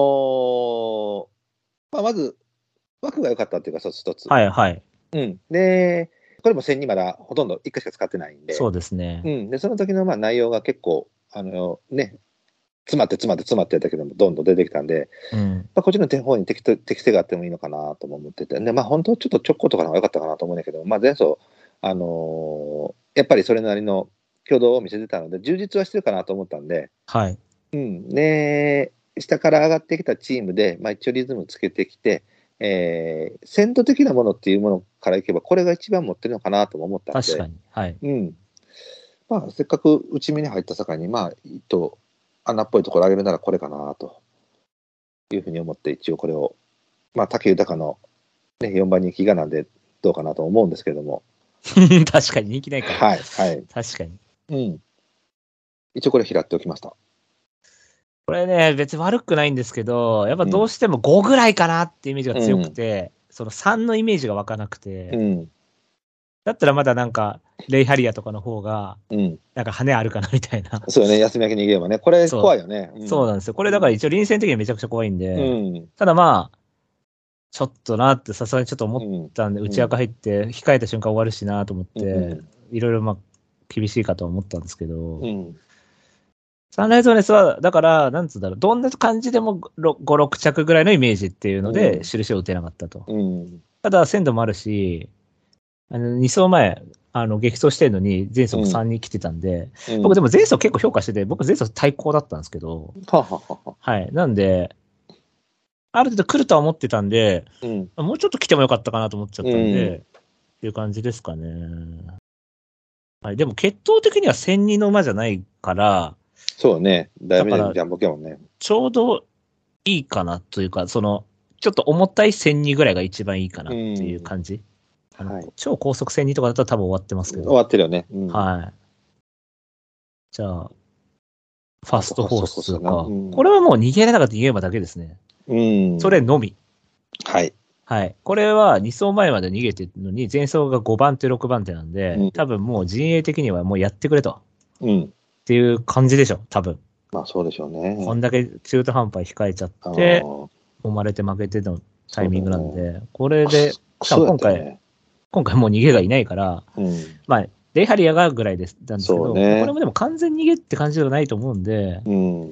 まあ、まず、枠が良かったっていうか、一つ。 はいはい。 うん。で、これも1000にまだほとんど1回しか使ってないんで。 そうですね。 うん。で、その時のまあ内容が結構、ね、詰まってやったけども、どんどん出てきたんで、 うん。 こっちの方に適性があってもいいのかなとも思ってて、で、まあ本当ちょっと直行とかの方が良かったかなと思うんだけど、まあ前走、やっぱりそれなりの挙動を見せてたので、充実はしてるかなと思ったんで、 はい。 うん。で、下から上がってきたチームで、まあ一応リズムつけてきて、先導的なものっていうものからいけば、これが一番持ってるのかなとも思ったんで、 確かに。はい。 うん。まあせっかく内目に入った境に、まあ、穴っぽいところ上げるならこれかなというふうに思って、一応これを、まあ、武豊の、ね、4番人気がなんでどうかなと思うんですけども。 確かに人気ないから。 はい、はい。 確かに。 うん。一応これ拾っておきました。 これね、別に悪くないんですけど、やっぱどうしても5ぐらいかなってイメージが強くて、その3のイメージが湧かなくて、だったらまだなんか、レイハリアとかの方が、なんか羽あるかなみたいな。 そうね、休み明け逃げればね。これ怖いよね。 そうなんですよ。これだから一応臨戦的にはめちゃくちゃ怖いんで、ただまあ、ちょっとなってさすがにちょっと思ったんで、内枠入って控えた瞬間終わるしなと思って、いろいろまあ厳しいかと思ったんですけど、サンライズオネスは、だから、なんつうんだろう、どんな感じでも5、6着ぐらいのイメージっていうので、印を打てなかったと。ただ、鮮度もあるし、2走前、激走してるのに、前走3に来てたんで、僕でも前走結構評価してて、僕前走対抗だったんですけど、はい。なんで、ある程度来るとは思ってたんで、もうちょっと来てもよかったかなと思っちゃったんで、っていう感じですかね。はい。でも、血統的には1002の馬じゃないから、 そうね。だいぶジャンボ系もんね。 ちょうどいいかなというか、ちょっと重たい1002ぐらいが一番いいかなっていう感じ。超高速1002とかだったら多分終わってますけど。 終わってるよね。 はい。じゃあ、ファストホースか。これはもう逃げられなかった逃げ馬だけですね。それのみ。 はい。 はい。これは2走前まで逃げてるのに、前走が5番手、6番手なんで、多分もう陣営的にはもうやってくれと。っていう感じでしょ、多分。 まあそうでしょうね。 こんだけ中途半端控えちゃって、揉まれて負けてのタイミングなんで、これで、しかも今回もう逃げがいないから、まあ、レイハリアがぐらいなんですけど、これもでも完全逃げって感じではないと思うんで、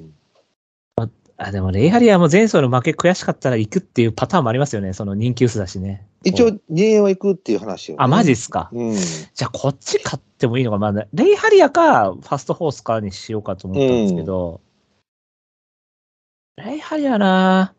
でもレイハリアも前走の負け悔しかったら行くっていうパターンもありますよね、その人気薄だしね。 一応、陣営は行くっていう話を、 あ、マジっすか。じゃあ、こっち買ってもいいのか、まあ、レイハリアか、ファストホースかにしようかと思ったんですけど、レイハリアな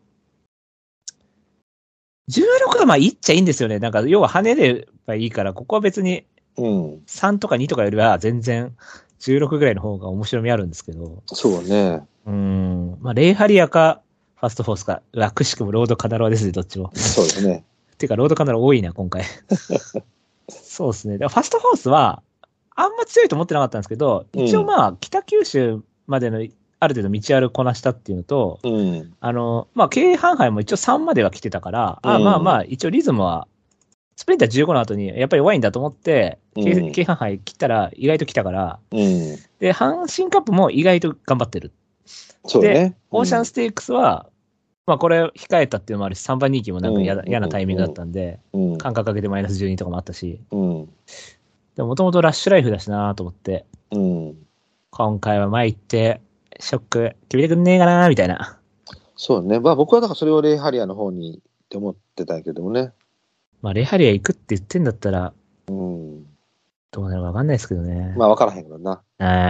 16がまあいいっちゃいいんですよね。なんか、要は跳ねればいいから、ここは別に、3とか2とかよりは全然、16ぐらいの方が面白みあるんですけど。 そうね。 まあ、レイハリアか、ファストフォースか、くしくもロードカナロアですね、どっちも。 そうですね。 てか、ロードカナロア多いな、今回。そうですね。ファストフォースは、あんま強いと思ってなかったんですけど、一応まあ、北九州までのある程度道あるこなしたっていうのと、まあ、京阪杯も一応3までは来てたから、まあまあ、一応リズムは、スプリンター15の後にやっぱり弱いんだと思って、京阪杯切ったら意外と来たから、で、阪神カップも意外と頑張ってる。 そうね。 で、オーシャンステークスは、まあこれ控えたっていうのもあるし、3番人気もなんか嫌なタイミングだったんで、間隔かけてマイナス12とかもあったし、でももともとラッシュライフだしなと思って、今回は前行って、ショック決めてくんねえかなみたいな。 そうね。まあ僕はだからそれをレイハリアの方にって思ってたんやけどもね。 まあレイハリア行くって言ってんだったら、どうなるかわかんないですけどね。 まあわからへんけどな。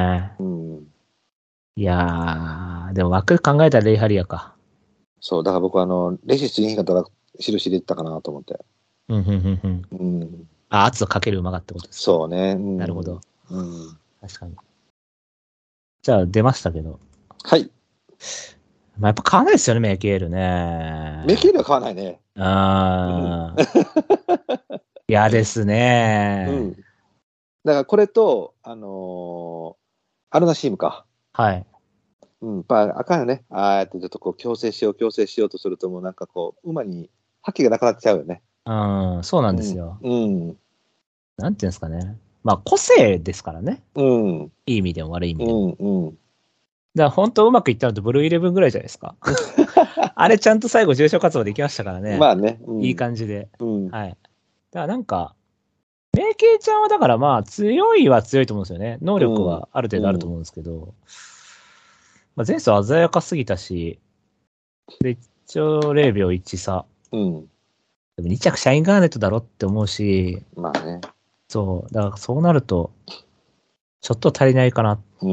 いやー、でも枠考えたらレイハリアか。 そう、だから僕はレシスにかったら印でいったかなと思って。 圧をかける馬がってことですか。 そうね。 なるほど。確かに。じゃあ出ましたけど。 はい。 まあ、やっぱ買わないですよね、メケールね。 メケールは買わないね。 嫌ですね。 だからこれと、アルナシームか。 はい。 やっぱあかんよね。ああやってちょっとこう強制しようとするともうなんかこう、馬に覇気がなくなっちゃうよね。 そうなんですよ。 なんていうんですかね。まあ、個性ですからね。 うん。 いい意味でも悪い意味うでも。 ん。うん。 だから本当うまくいったのとブルーイレブンぐらいじゃないですか。あれちゃんと最後重症活動できましたからね。 まあね。うん、 いい感じで。 うん。 はい。だからなんか、メイケイちゃんはだからまあ強いは強いと思うんですよね。能力はある程度あると思うんですけど、まあ、前走鮮やかすぎたし、で、一応0秒1差。 うん。 でも2着シャインガーネットだろって思うし、 まあね。 そう、だからそうなると、ちょっと足りないかな。 うん。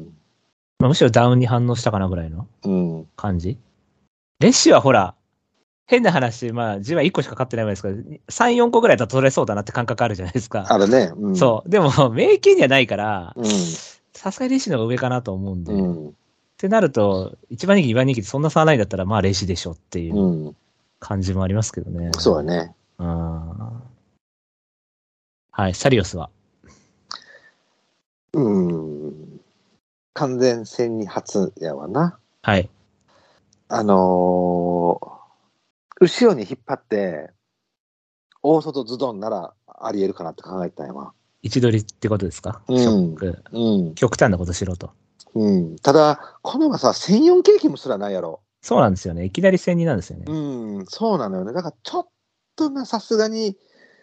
まあ、むしろダウンに反応したかなぐらいのうん。 感じ。レッシュはほら、変な話、まあ、自分は1個しか勝ってないわけですけど、3、4個ぐらいだと取れそうだなって感覚あるじゃないですか。 あるね。うん。 そう。でも、メイケイにはないから、 うん。 さすがにレッシュの方が上かなと思うんで。 うん。 ってなると、1番人気、2番人気でそんな差ないんだったら、まあ、レッシュでしょっていううん。 感じもありますけどね。 そうだね。 はい、サリオスは。 完全戦に初やわな。 はい。 後ろに引っ張って、大外ズドンならあり得るかなって考えたんやわ。 位置取りってことですか、 うん、 ショック。 うん。 極端なことしろと。 うん。ただ、この馬さ、1004経験もすらないやろ。 そうなんですよね。いきなり1000人なんですよね。 うん、そうなのよね。だから、ちょっとな、さすがに、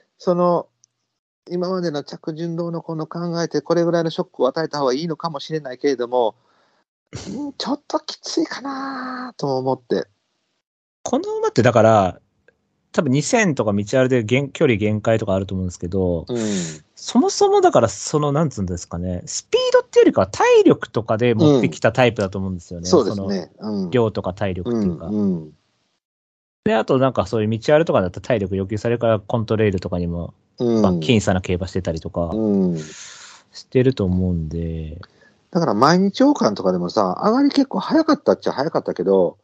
今までの着順道のこの考えて、これぐらいのショックを与えた方がいいのかもしれないけれども、ちょっときついかなと思って。 この馬ってだから、多分2000とか道あるで距離限界とかあると思うんですけど、 うん、 そもそもだからなんつうんですかね、スピードっていうよりかは体力とかで持ってきたタイプだと思うんですよね。 そうですね。 量とか体力っていうか。 うんで、あとなんかそういう道あるとかだったら体力要求されるからコントレイルとかにも、まあ、僅差な競馬してたりとか、してると思うんで。 だから毎日王冠とかでもさ、上がり結構早かったっちゃ早かったけど、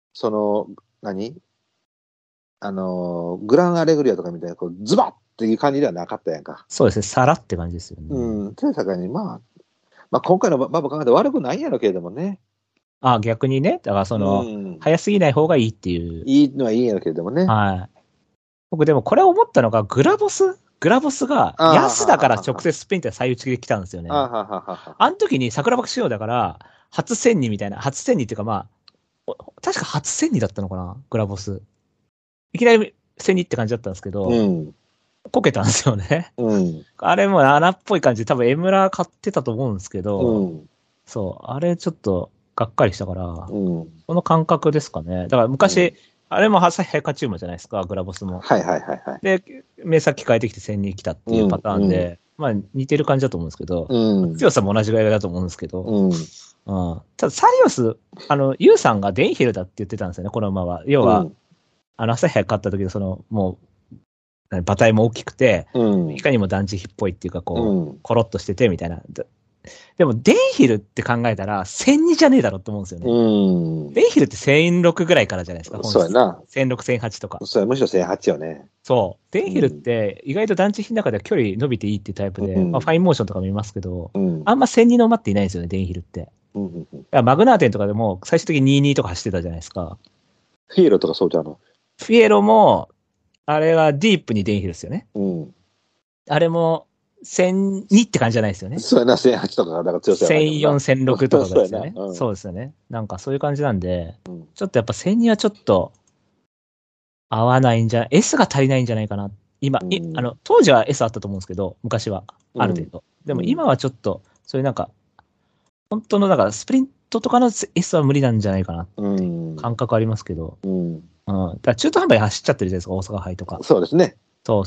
グランアレグリアとかみたいな、こうズバッっていう感じではなかったやんか。 そうですね、さらって感じですよね。 という境に、まあ今回の馬場考えて悪くないんやろけれどもね。 逆にね、だから早すぎない方がいいっていう。 いいのはいいんやろけれどもね。 はい。僕でもこれ思ったのが、グラボスが安だから直接スペインって最打ちで来たんですよね。あの時に桜爆仕様だから、初戦にみたいな、初戦にっていうかまあ、確か初戦にだったのかな、グラボス。いきなり戦にって感じだったんですけど、こけたんですよね。あれも穴っぽい感じで多分エムラ買ってたと思うんですけど、そう、あれちょっとがっかりしたから、その感覚ですかね。だから昔、あれも朝日勝ち馬じゃないですか、グラボスも。で、目先変えてきて1000に来たっていうパターンで、まあ似てる感じだと思うんですけど、強さも同じぐらいだと思うんですけど、ただサリオス、ユウさんがデンヒルだって言ってたんですよね、この馬は。要は、朝日勝った時のもう、馬体も大きくて、いかにも団地比っぽいっていうか、こう、コロッとしててみたいな。でも、デンヒルって考えたら、1002じゃねえだろって思うんですよね。デンヒルって1006ぐらいからじゃないですか、 そうやな。 1006、1008とか。 そうや、むしろ1008よね。 そう。デンヒルって意外と団地比の中では距離伸びていいっていうタイプで、まあ、ファインモーションとか見ますけど、あんま1002の馬っていないんですよね、デンヒルって。マグナーテンとかでも最終的に22とか走ってたじゃないですか。 フィエロとかそうじゃの。 フィエロも、あれはディープにデンヒルですよね。あれも、1002って感じじゃないですよね。 そうやな、1008とかが、だから強さや 1004、1006とかですよね。そうですよね。なんかそういう感じなんで、ちょっとやっぱ1002はちょっと、合わないんじゃ、S が足りないんじゃないかな。今、当時は S あったと思うんですけど、昔は、ある程度。でも今はちょっと、そういうなんか、本当の、だからスプリントとかの S は無理なんじゃないかな。感覚ありますけど。だから中途半端に走っちゃってるじゃないですか、大阪杯とか。 そうですね。 そう。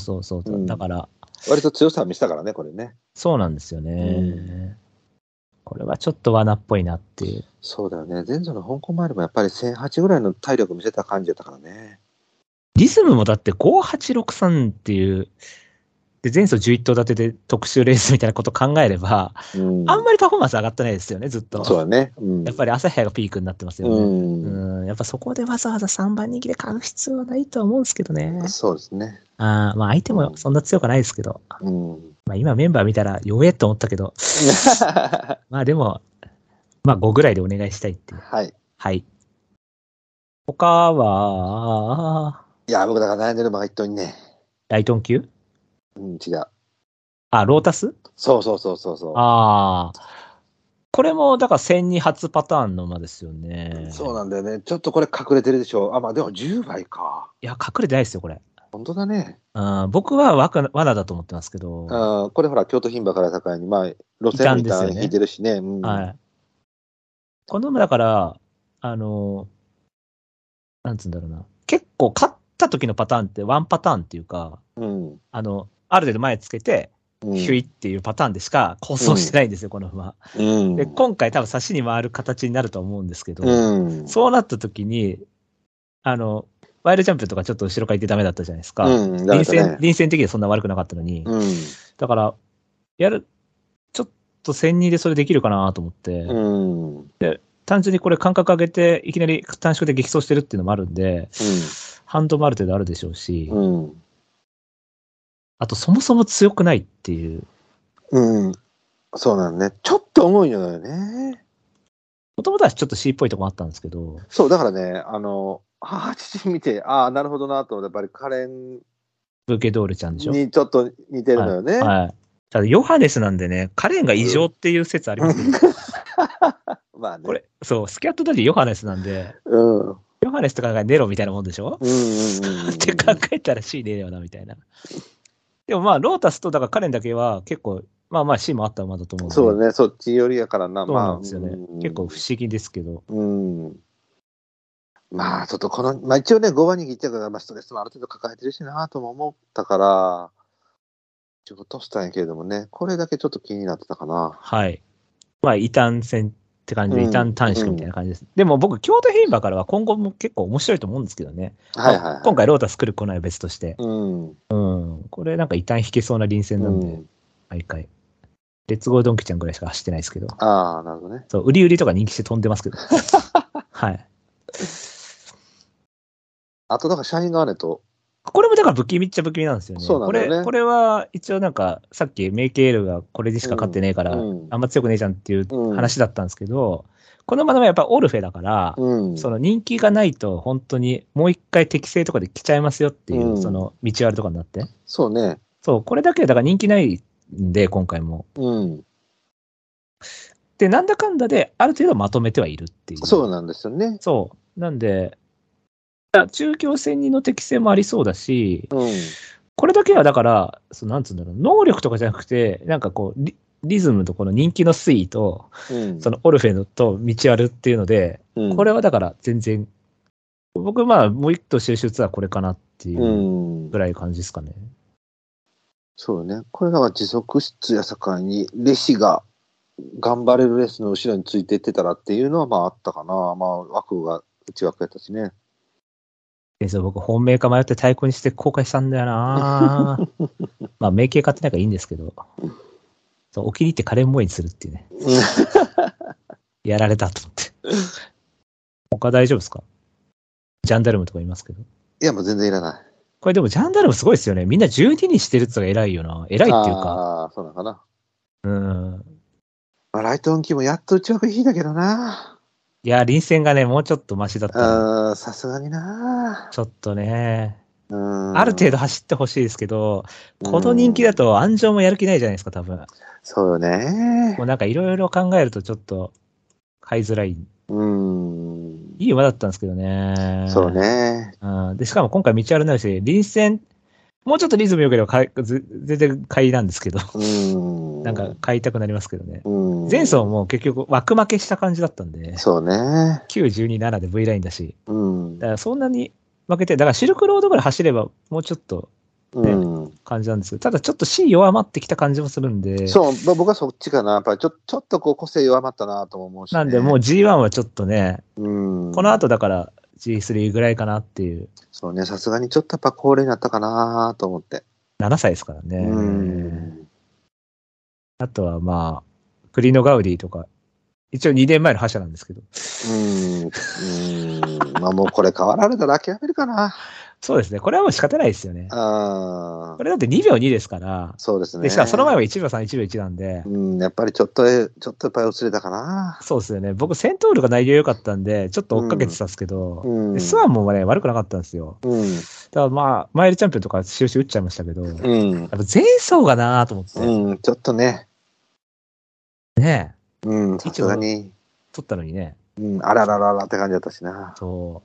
だから。 割と強さは見せたからね、これね。 そうなんですよね。これはちょっと罠っぽいなっていう。 そうだよね。前走の香港マイルもやっぱり1008ぐらいの体力見せた感じだったからね。 リズムもだって5863っていう、で、前走11頭立てで特殊レースみたいなこと考えれば、あんまりパフォーマンス上がってないですよね、ずっと。 そうだね。 やっぱり朝日がピークになってますよね。やっぱそこでわざわざ3番人気で買う必要はないとは思うんですけどね。 そうですね。 まあ相手もそんな強くないですけど。まあ今メンバー見たら弱えと思ったけど。まあでも、まあ5ぐらいでお願いしたいっていう。はい。他は、 いや、僕だから悩んでる馬が一頭にね。 ライトン級？ 違う。 あ、ロータス？ そうそうそうそうそう。 ああ。これも、だから1002発パターンの馬ですよね。 そうなんだよね。ちょっとこれ隠れてるでしょ。あ、まあでも10倍か。 いや、隠れてないですよ、これ。 本当だね。 僕は罠だと思ってますけど。 これほら、京都牝馬から境に、まあ、路線も一旦引いてるしね。うん、 はい。この馬だから、なんつうんだろうな。結構勝った時のパターンってワンパターンっていうか、 うん、 ある程度前つけて、ヒュイっていうパターンでしか構想してないんですよ、この馬。で、今回多分差しに回る形になると思うんですけど、そうなった時に、ワイルドチャンピオンとかちょっと後ろから行ってダメだったじゃないですか。臨戦的にはそんな悪くなかったのに。だから、ちょっと1002でそれできるかなと思って、で、単純にこれ間隔上げて、いきなり短縮で激走してるっていうのもあるんで、反動もある程度あるでしょうし、あとそもそも強くないっていう。 そうなんね。ちょっと重いのよね。 もともとはちょっと C っぽいとこもあったんですけど。 そう、だからね、父見て、なるほどなと思って、やっぱりカレンブーケドールちゃんでしょにちょっと似てるのよね。 はい。ただヨハネスなんでね、カレンが異常っていう説ありますけど、 まあね。 これ、そう、スキャットダディヨハネスなんで、ヨハネスとかがネロみたいなもんでしょって考えたら C ねえよな、みたいな。でもまあ、ロータスと、だからカレンだけは結構、まあ C もあった馬だと思うんで。 そうね、そっち寄りやからな、 そうなんですよね。結構不思議ですけど。 まあ、ちょっとまあ一応ね、5番に切っちゃうから、まあストレスもある程度抱えてるしなとも思ったから、ちょっと落としたんやけれどもね、これだけちょっと気になってたかな。 はい。まあ、異端戦って感じで、異端短縮みたいな感じです。でも僕、京都牝馬からは今後も結構面白いと思うんですけどね。今回ロータス来る来ないは別として。これなんか異端引けそうな臨戦なんで、毎回。レッツゴードンキちゃんぐらいしか走ってないですけど。 なるほどね。 そう、売り売りとか人気して飛んでますけど。はい。 あと、だからシャインガーネット。 これもだから不気味っちゃ不気味なんですよね。 そうなんだよね。 これは一応なんか、さっきメイケールがこれでしか勝ってねえから、あんま強くねえじゃんっていう話だったんですけど、この馬はやっぱオルフェだから、その人気がないと本当にもう一回適正とかで来ちゃいますよっていう、その道あるとかになって。 そうね。 そう、これだけだから人気ないんで、今回も。で、なんだかんだである程度まとめてはいるっていう。 そうなんですよね。 そう。なんで、中京戦2の適性もありそうだし、これだけはだから、なんつうんだろう、能力とかじゃなくて、なんかこう、リズムとこの人気の推移と、そのオルフェのと道あるっていうので、これはだから全然、僕まあもう一個収集ツアーこれかなっていうぐらい感じですかね。 そうね。これらは持続質や境に、レシが頑張れるレースの後ろについていってたらっていうのはまああったかな。まあ枠が内枠やったしね。 僕、本命か迷って対抗にして後悔したんだよなまあ、名形買ってないからいいんですけど、そうお気に入ってカレンモエにするっていうね。やられたと思って。他大丈夫ですか？ジャンダルムとかいますけど。 いや、もう全然いらない。 これでもジャンダルムすごいですよね。みんな12にしてるってのが偉いよな。偉いっていうか。 ああ、そうなのかな。まあ、ライトオンキーもやっと内枠引いたけどな。 いや、臨戦がね、もうちょっとマシだった。 さすがにな。 ちょっとね。ある程度走ってほしいですけど、この人気だと安城もやる気ないじゃないですか、多分。 そうよね。 もうなんかいろいろ考えるとちょっと買いづらい。いい馬だったんですけどね。 そうね。 で、しかも今回道あるないし、臨戦、もうちょっとリズム良ければ全然買いなんですけど。なんか買いたくなりますけどね。前走も結局枠負けした感じだったんで。 そうね。 9、12、7で V ラインだし。だからそんなに負けて、だからシルクロードぐらい走ればもうちょっと、ね、感じなんですけど、ただちょっと C 弱まってきた感じもするんで。 そう、僕はそっちかな。やっぱりちょっとこう個性弱まったなとも思うし、ね。 なんでもう G1 はちょっとね、この後だから G3 ぐらいかなっていう。 そうね、さすがにちょっとやっぱ高齢になったかなと思って。 7歳ですからね。あとはまあ、クリノガウディとか、一応2年前の覇者なんですけど。 まあもうこれ変わられたら諦めるかな。 そうですね。これはもう仕方ないですよね。 あこれだって2秒2ですから。 そうですね。 で、しかもその前は1秒3、1秒1なんで。 やっぱりちょっとやっぱり薄れたかな。 そうですよね。僕、セントールが内容良かったんで、ちょっと追っかけてたんですけど、でスワンもね、悪くなかったんですよ。だからまあ、マイルチャンピオンとか終始打っちゃいましたけど、やっぱ前走がなと思って。 ちょっとね。 ねえ。さすがに。 取ったのにね。 あららららって感じだったしな。 そう。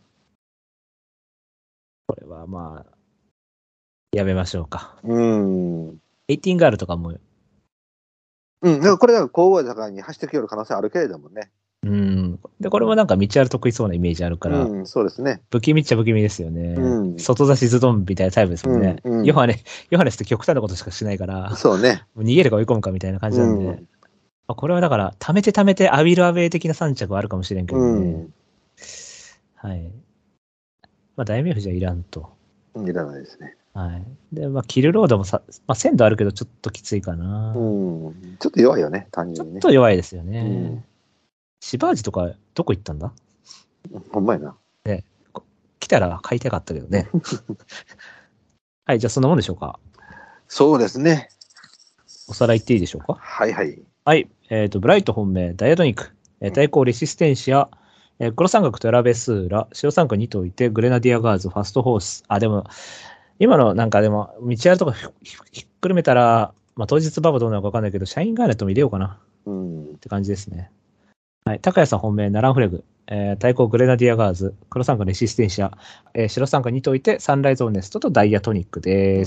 これはまあ、やめましょうか。18ガールとかも。 だからこれが皇后坂に走ってきよる可能性あるけれどもね。 で、これもなんか道ある得意そうなイメージあるから。 そうですね。 不気味っちゃ不気味ですよね。外差しズドンみたいなタイプですもんね。ヨハネスって極端なことしかしないから。 そうね。 逃げるか追い込むかみたいな感じなんで。これはだから、貯めて浴びるアウェイ的な3着はあるかもしれんけどね。はい。まあ、大名富士はいらんと。 いらないですね。 はい。で、まあ、キルロードも鮮度あるけど、ちょっときついかな。 ちょっと弱いよね、単純にね。 ちょっと弱いですよね。シバージとか、どこ行ったんだ？ ほんまやな。 ね。来たら買いたかったけどね。はい、じゃあそんなもんでしょうか。 そうですね。 おさらい言っていいでしょうか。 はいはい。 はい。ブライト本命、ダイアトニック、対抗レシステンシア、黒三角トラベスーラ、白三角2頭いて、グレナディアガーズ、ファストホース。でも、今のなんかでも、道あるとかひっくるめたら、まあ当日馬場どうなのかわかんないけど、シャインガーネットも入れようかな。って感じですね。はい。高谷さん本命、ナランフレグ、対抗グレナディアガーズ、黒三角レシステンシア、白三角2頭いて、サンライズオーネストとダイアトニックです。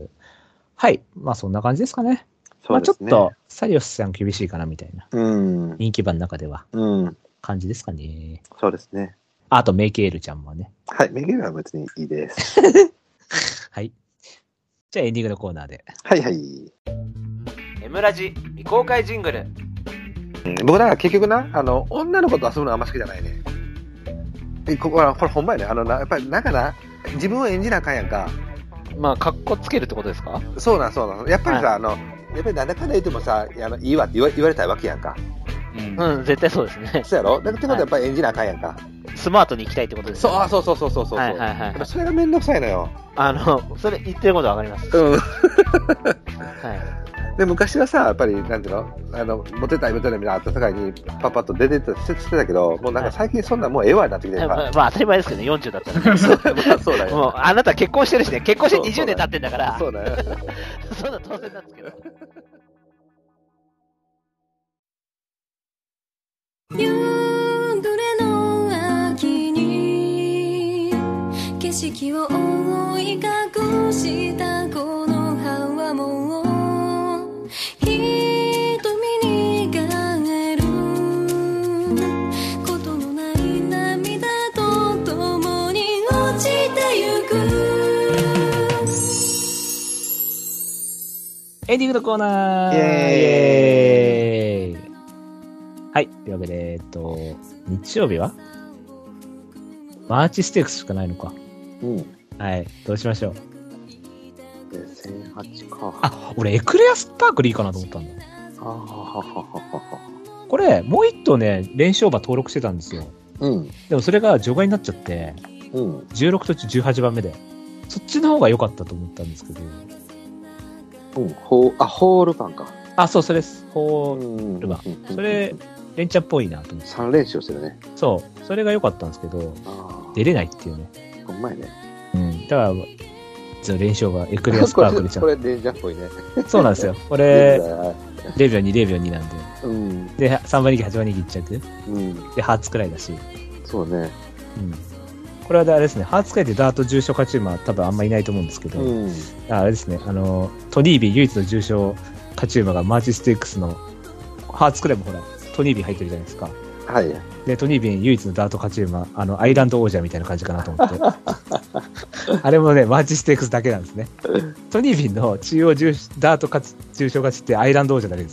はい。まあそんな感じですかね。まあちょっと、サリオスさん厳しいかなみたいな。人気馬の中では。感じですかね。 そうですね。 あと、メイケールちゃんもね。 はい、メイケールは別にいいです。 はい。じゃあエンディングのコーナーで。 はいはい。 エムラジ未公開ジングル。 僕だから結局な、女の子と遊ぶのはあんま好きじゃないね。これほんまやね。やっぱりなんかな、自分を演じなあかんやんか。 まあ、格好つけるってことですか？ そうなん。やっぱりさ、やっぱりなんだかんだ言ってもさ、いいわって言われたいわけやんか。 絶対そうですね。 そうやろ？だからってことはやっぱり演じなあかんやんか。 スマートに行きたいってことですね。 そう。 はい。 それがめんどくさいのよ。 それ言ってることわかります。はい。 で、昔はさ、やっぱり、なんていうのモテたいみたいなあった世界にパッと出てしてたけど、もうなんか最近そんなもうええわになってきてるから。 まあ当たり前ですけどね、40だったらね。 そうだよ。 もう、あなた結婚してるしね、結婚して20年経ってんだから。 そうだよ。 そんな当然なんですけど。 夕暮れの秋に景色を覆い隠したこの葉はもう瞳に帰ることのない涙と共に落ちてゆく。 エンディングのコーナー。イエーイ。はい。というわけで、日曜日はマーチステークスしかないのか。はい。どうしましょう。 1008か。 俺、エクレアスパークルいいかなと思ったんだ。これ、もう一頭ね、連勝馬登録してたんですよ。でもそれが除外になっちゃって、16途中18番目で。そっちの方が良かったと思ったんですけど。 ホールパンか。 そう、それです。ホールパン。それ、連チャンっぽいなと思って。 3連勝してるね。 そう。それが良かったんですけど、出れないっていうね。 ほんまやね。 だから、連勝がエクレアスパークルちゃん。 これ連勝っぽいね。 そうなんですよ。これ、0秒2、0秒2なんで。で、3番人気、8番人気1着。で、ハーツくらいだし。 そうね。 これはあれですね、ハーツくらいでダート重賞勝ち馬多分あんまいないと思うんですけど、あれですね、トニービー唯一の重賞勝ち馬がマーチステークスの、ハーツくらいもほら、トニービー入ってるじゃないですか。 はい。 で、トニービー唯一のダート勝ち馬、アイランド王者みたいな感じかなと思って。あれもね、マーチステークスだけなんですね。トニービーの中央ダート重賞勝ちってアイランド王者だけです。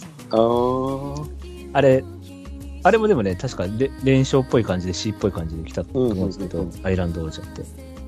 あれもでもね、確か連勝っぽい感じで C っぽい感じで来たと思うんですけど、アイランド王者って。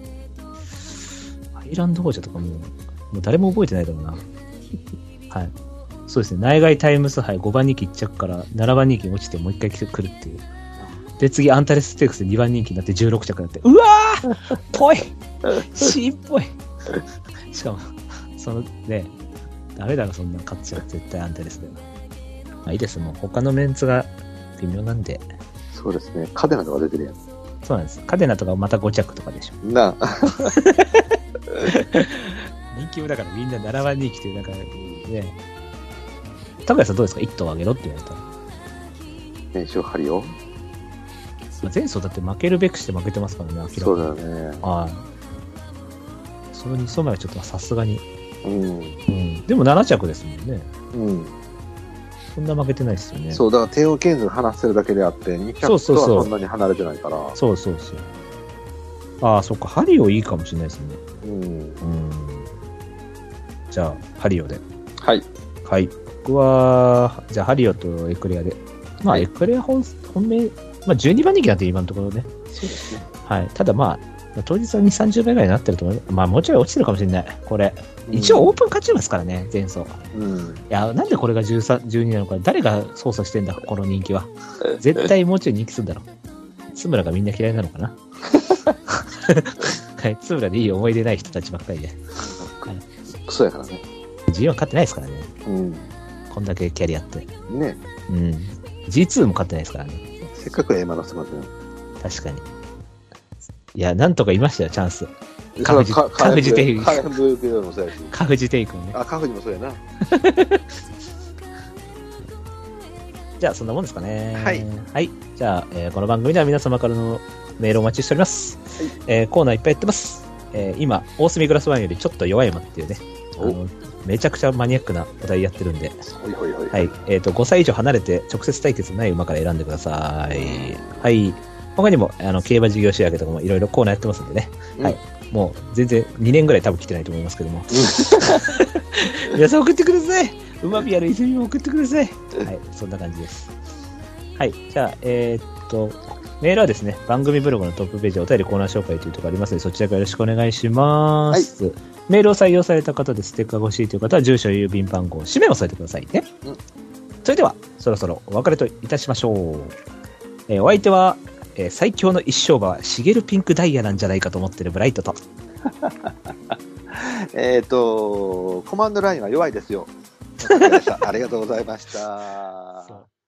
アイランド王者とかもう誰も覚えてないだろうな。はい。そうですね、内外タイムス杯5番人気1着から7番人気に落ちてもう一回来るっていう。で、次、アンタレスステークスで2番人気になって16着になって、うわーぽい C っぽい。しかも、そのね、ダメだろ、そんな勝っちゃう。絶対アンテレスでは。まあいいです、もう他のメンツが微妙なんで。 そうですね。カデナとか出てるやん。 そうなんです。カデナとかまた5着とかでしょ。 なあ。 人気もだからみんな7番人気という、なんかね、高谷さんどうですか？ 1 頭あげろって言われたら。 年少ハリオ。 まあ前走だって負けるべくして負けてますからね、明らかに。 そうだよね。 はい。その2走前はちょっとさすがに。 うん。 うん。でも7着ですもんね。 うん。 そんな負けてないですよね。 そう、だからテオケンズ離せるだけであって、2着とはそんなに離れてないから。 そうそうそう。ああ、そっか、ハリオいいかもしれないですね。 うん。 じゃあ、ハリオで。 はい。 はい。僕は、じゃあ、ハリオとエクレアで。まあ、エクレア本命、まあ、12番人気なんて今のところね。 そうですね。 はい。ただまあ、当日は2、30倍ぐらいになってると思う。まあ、もうちょい落ちてるかもしれない。これ。一応オープン勝ちますからね、前走。いや、なんでこれが13、12なのか、誰が操作してんだ、この人気は。絶対もうちょい人気するんだろう。津村がみんな嫌いなのかな。はい、津村でいい思い出ない人たちばっかりで。はい、 クソやからね。 G1 勝ってないですからね。 うん。 こんだけキャリアって。 ね。 うん。G2 も勝ってないですからね。 せっかくエマのスマートね。 確かに。いや、なんとかいましたよ、チャンス。カフジテイク。カフジテイクもね。 あ、カフジもそうやな。 じゃあ、そんなもんですかね。 はい。 はい。じゃあ、この番組では皆様からのメールをお待ちしております。はい、コーナーいっぱいやってます。今、大隅グラスワンよりちょっと弱い馬っていうね、めちゃくちゃマニアックなお題やってるんで、はい。5歳以上離れて直接対決ない馬から選んでください。はい。他にも、競馬事業仕上げとかもいろいろコーナーやってますんでね。はい。もう、全然2年ぐらい多分来てないと思いますけども。皆さん送ってください。馬ビアの泉も送ってください。はい。そんな感じです。はい。じゃあ、メールはですね、番組ブログのトップページお便りコーナー紹介というところありますので、そちらからよろしくお願いします。はい、メールを採用された方でステッカーが欲しいという方は、住所、郵便番号、氏名を添えてくださいね。それでは、そろそろお別れといたしましょう。お相手は、最強の一生馬はシゲルピンクダイヤなんじゃないかと思ってるブライトと。 コマンドラインは弱いですよ。ありがとうございました。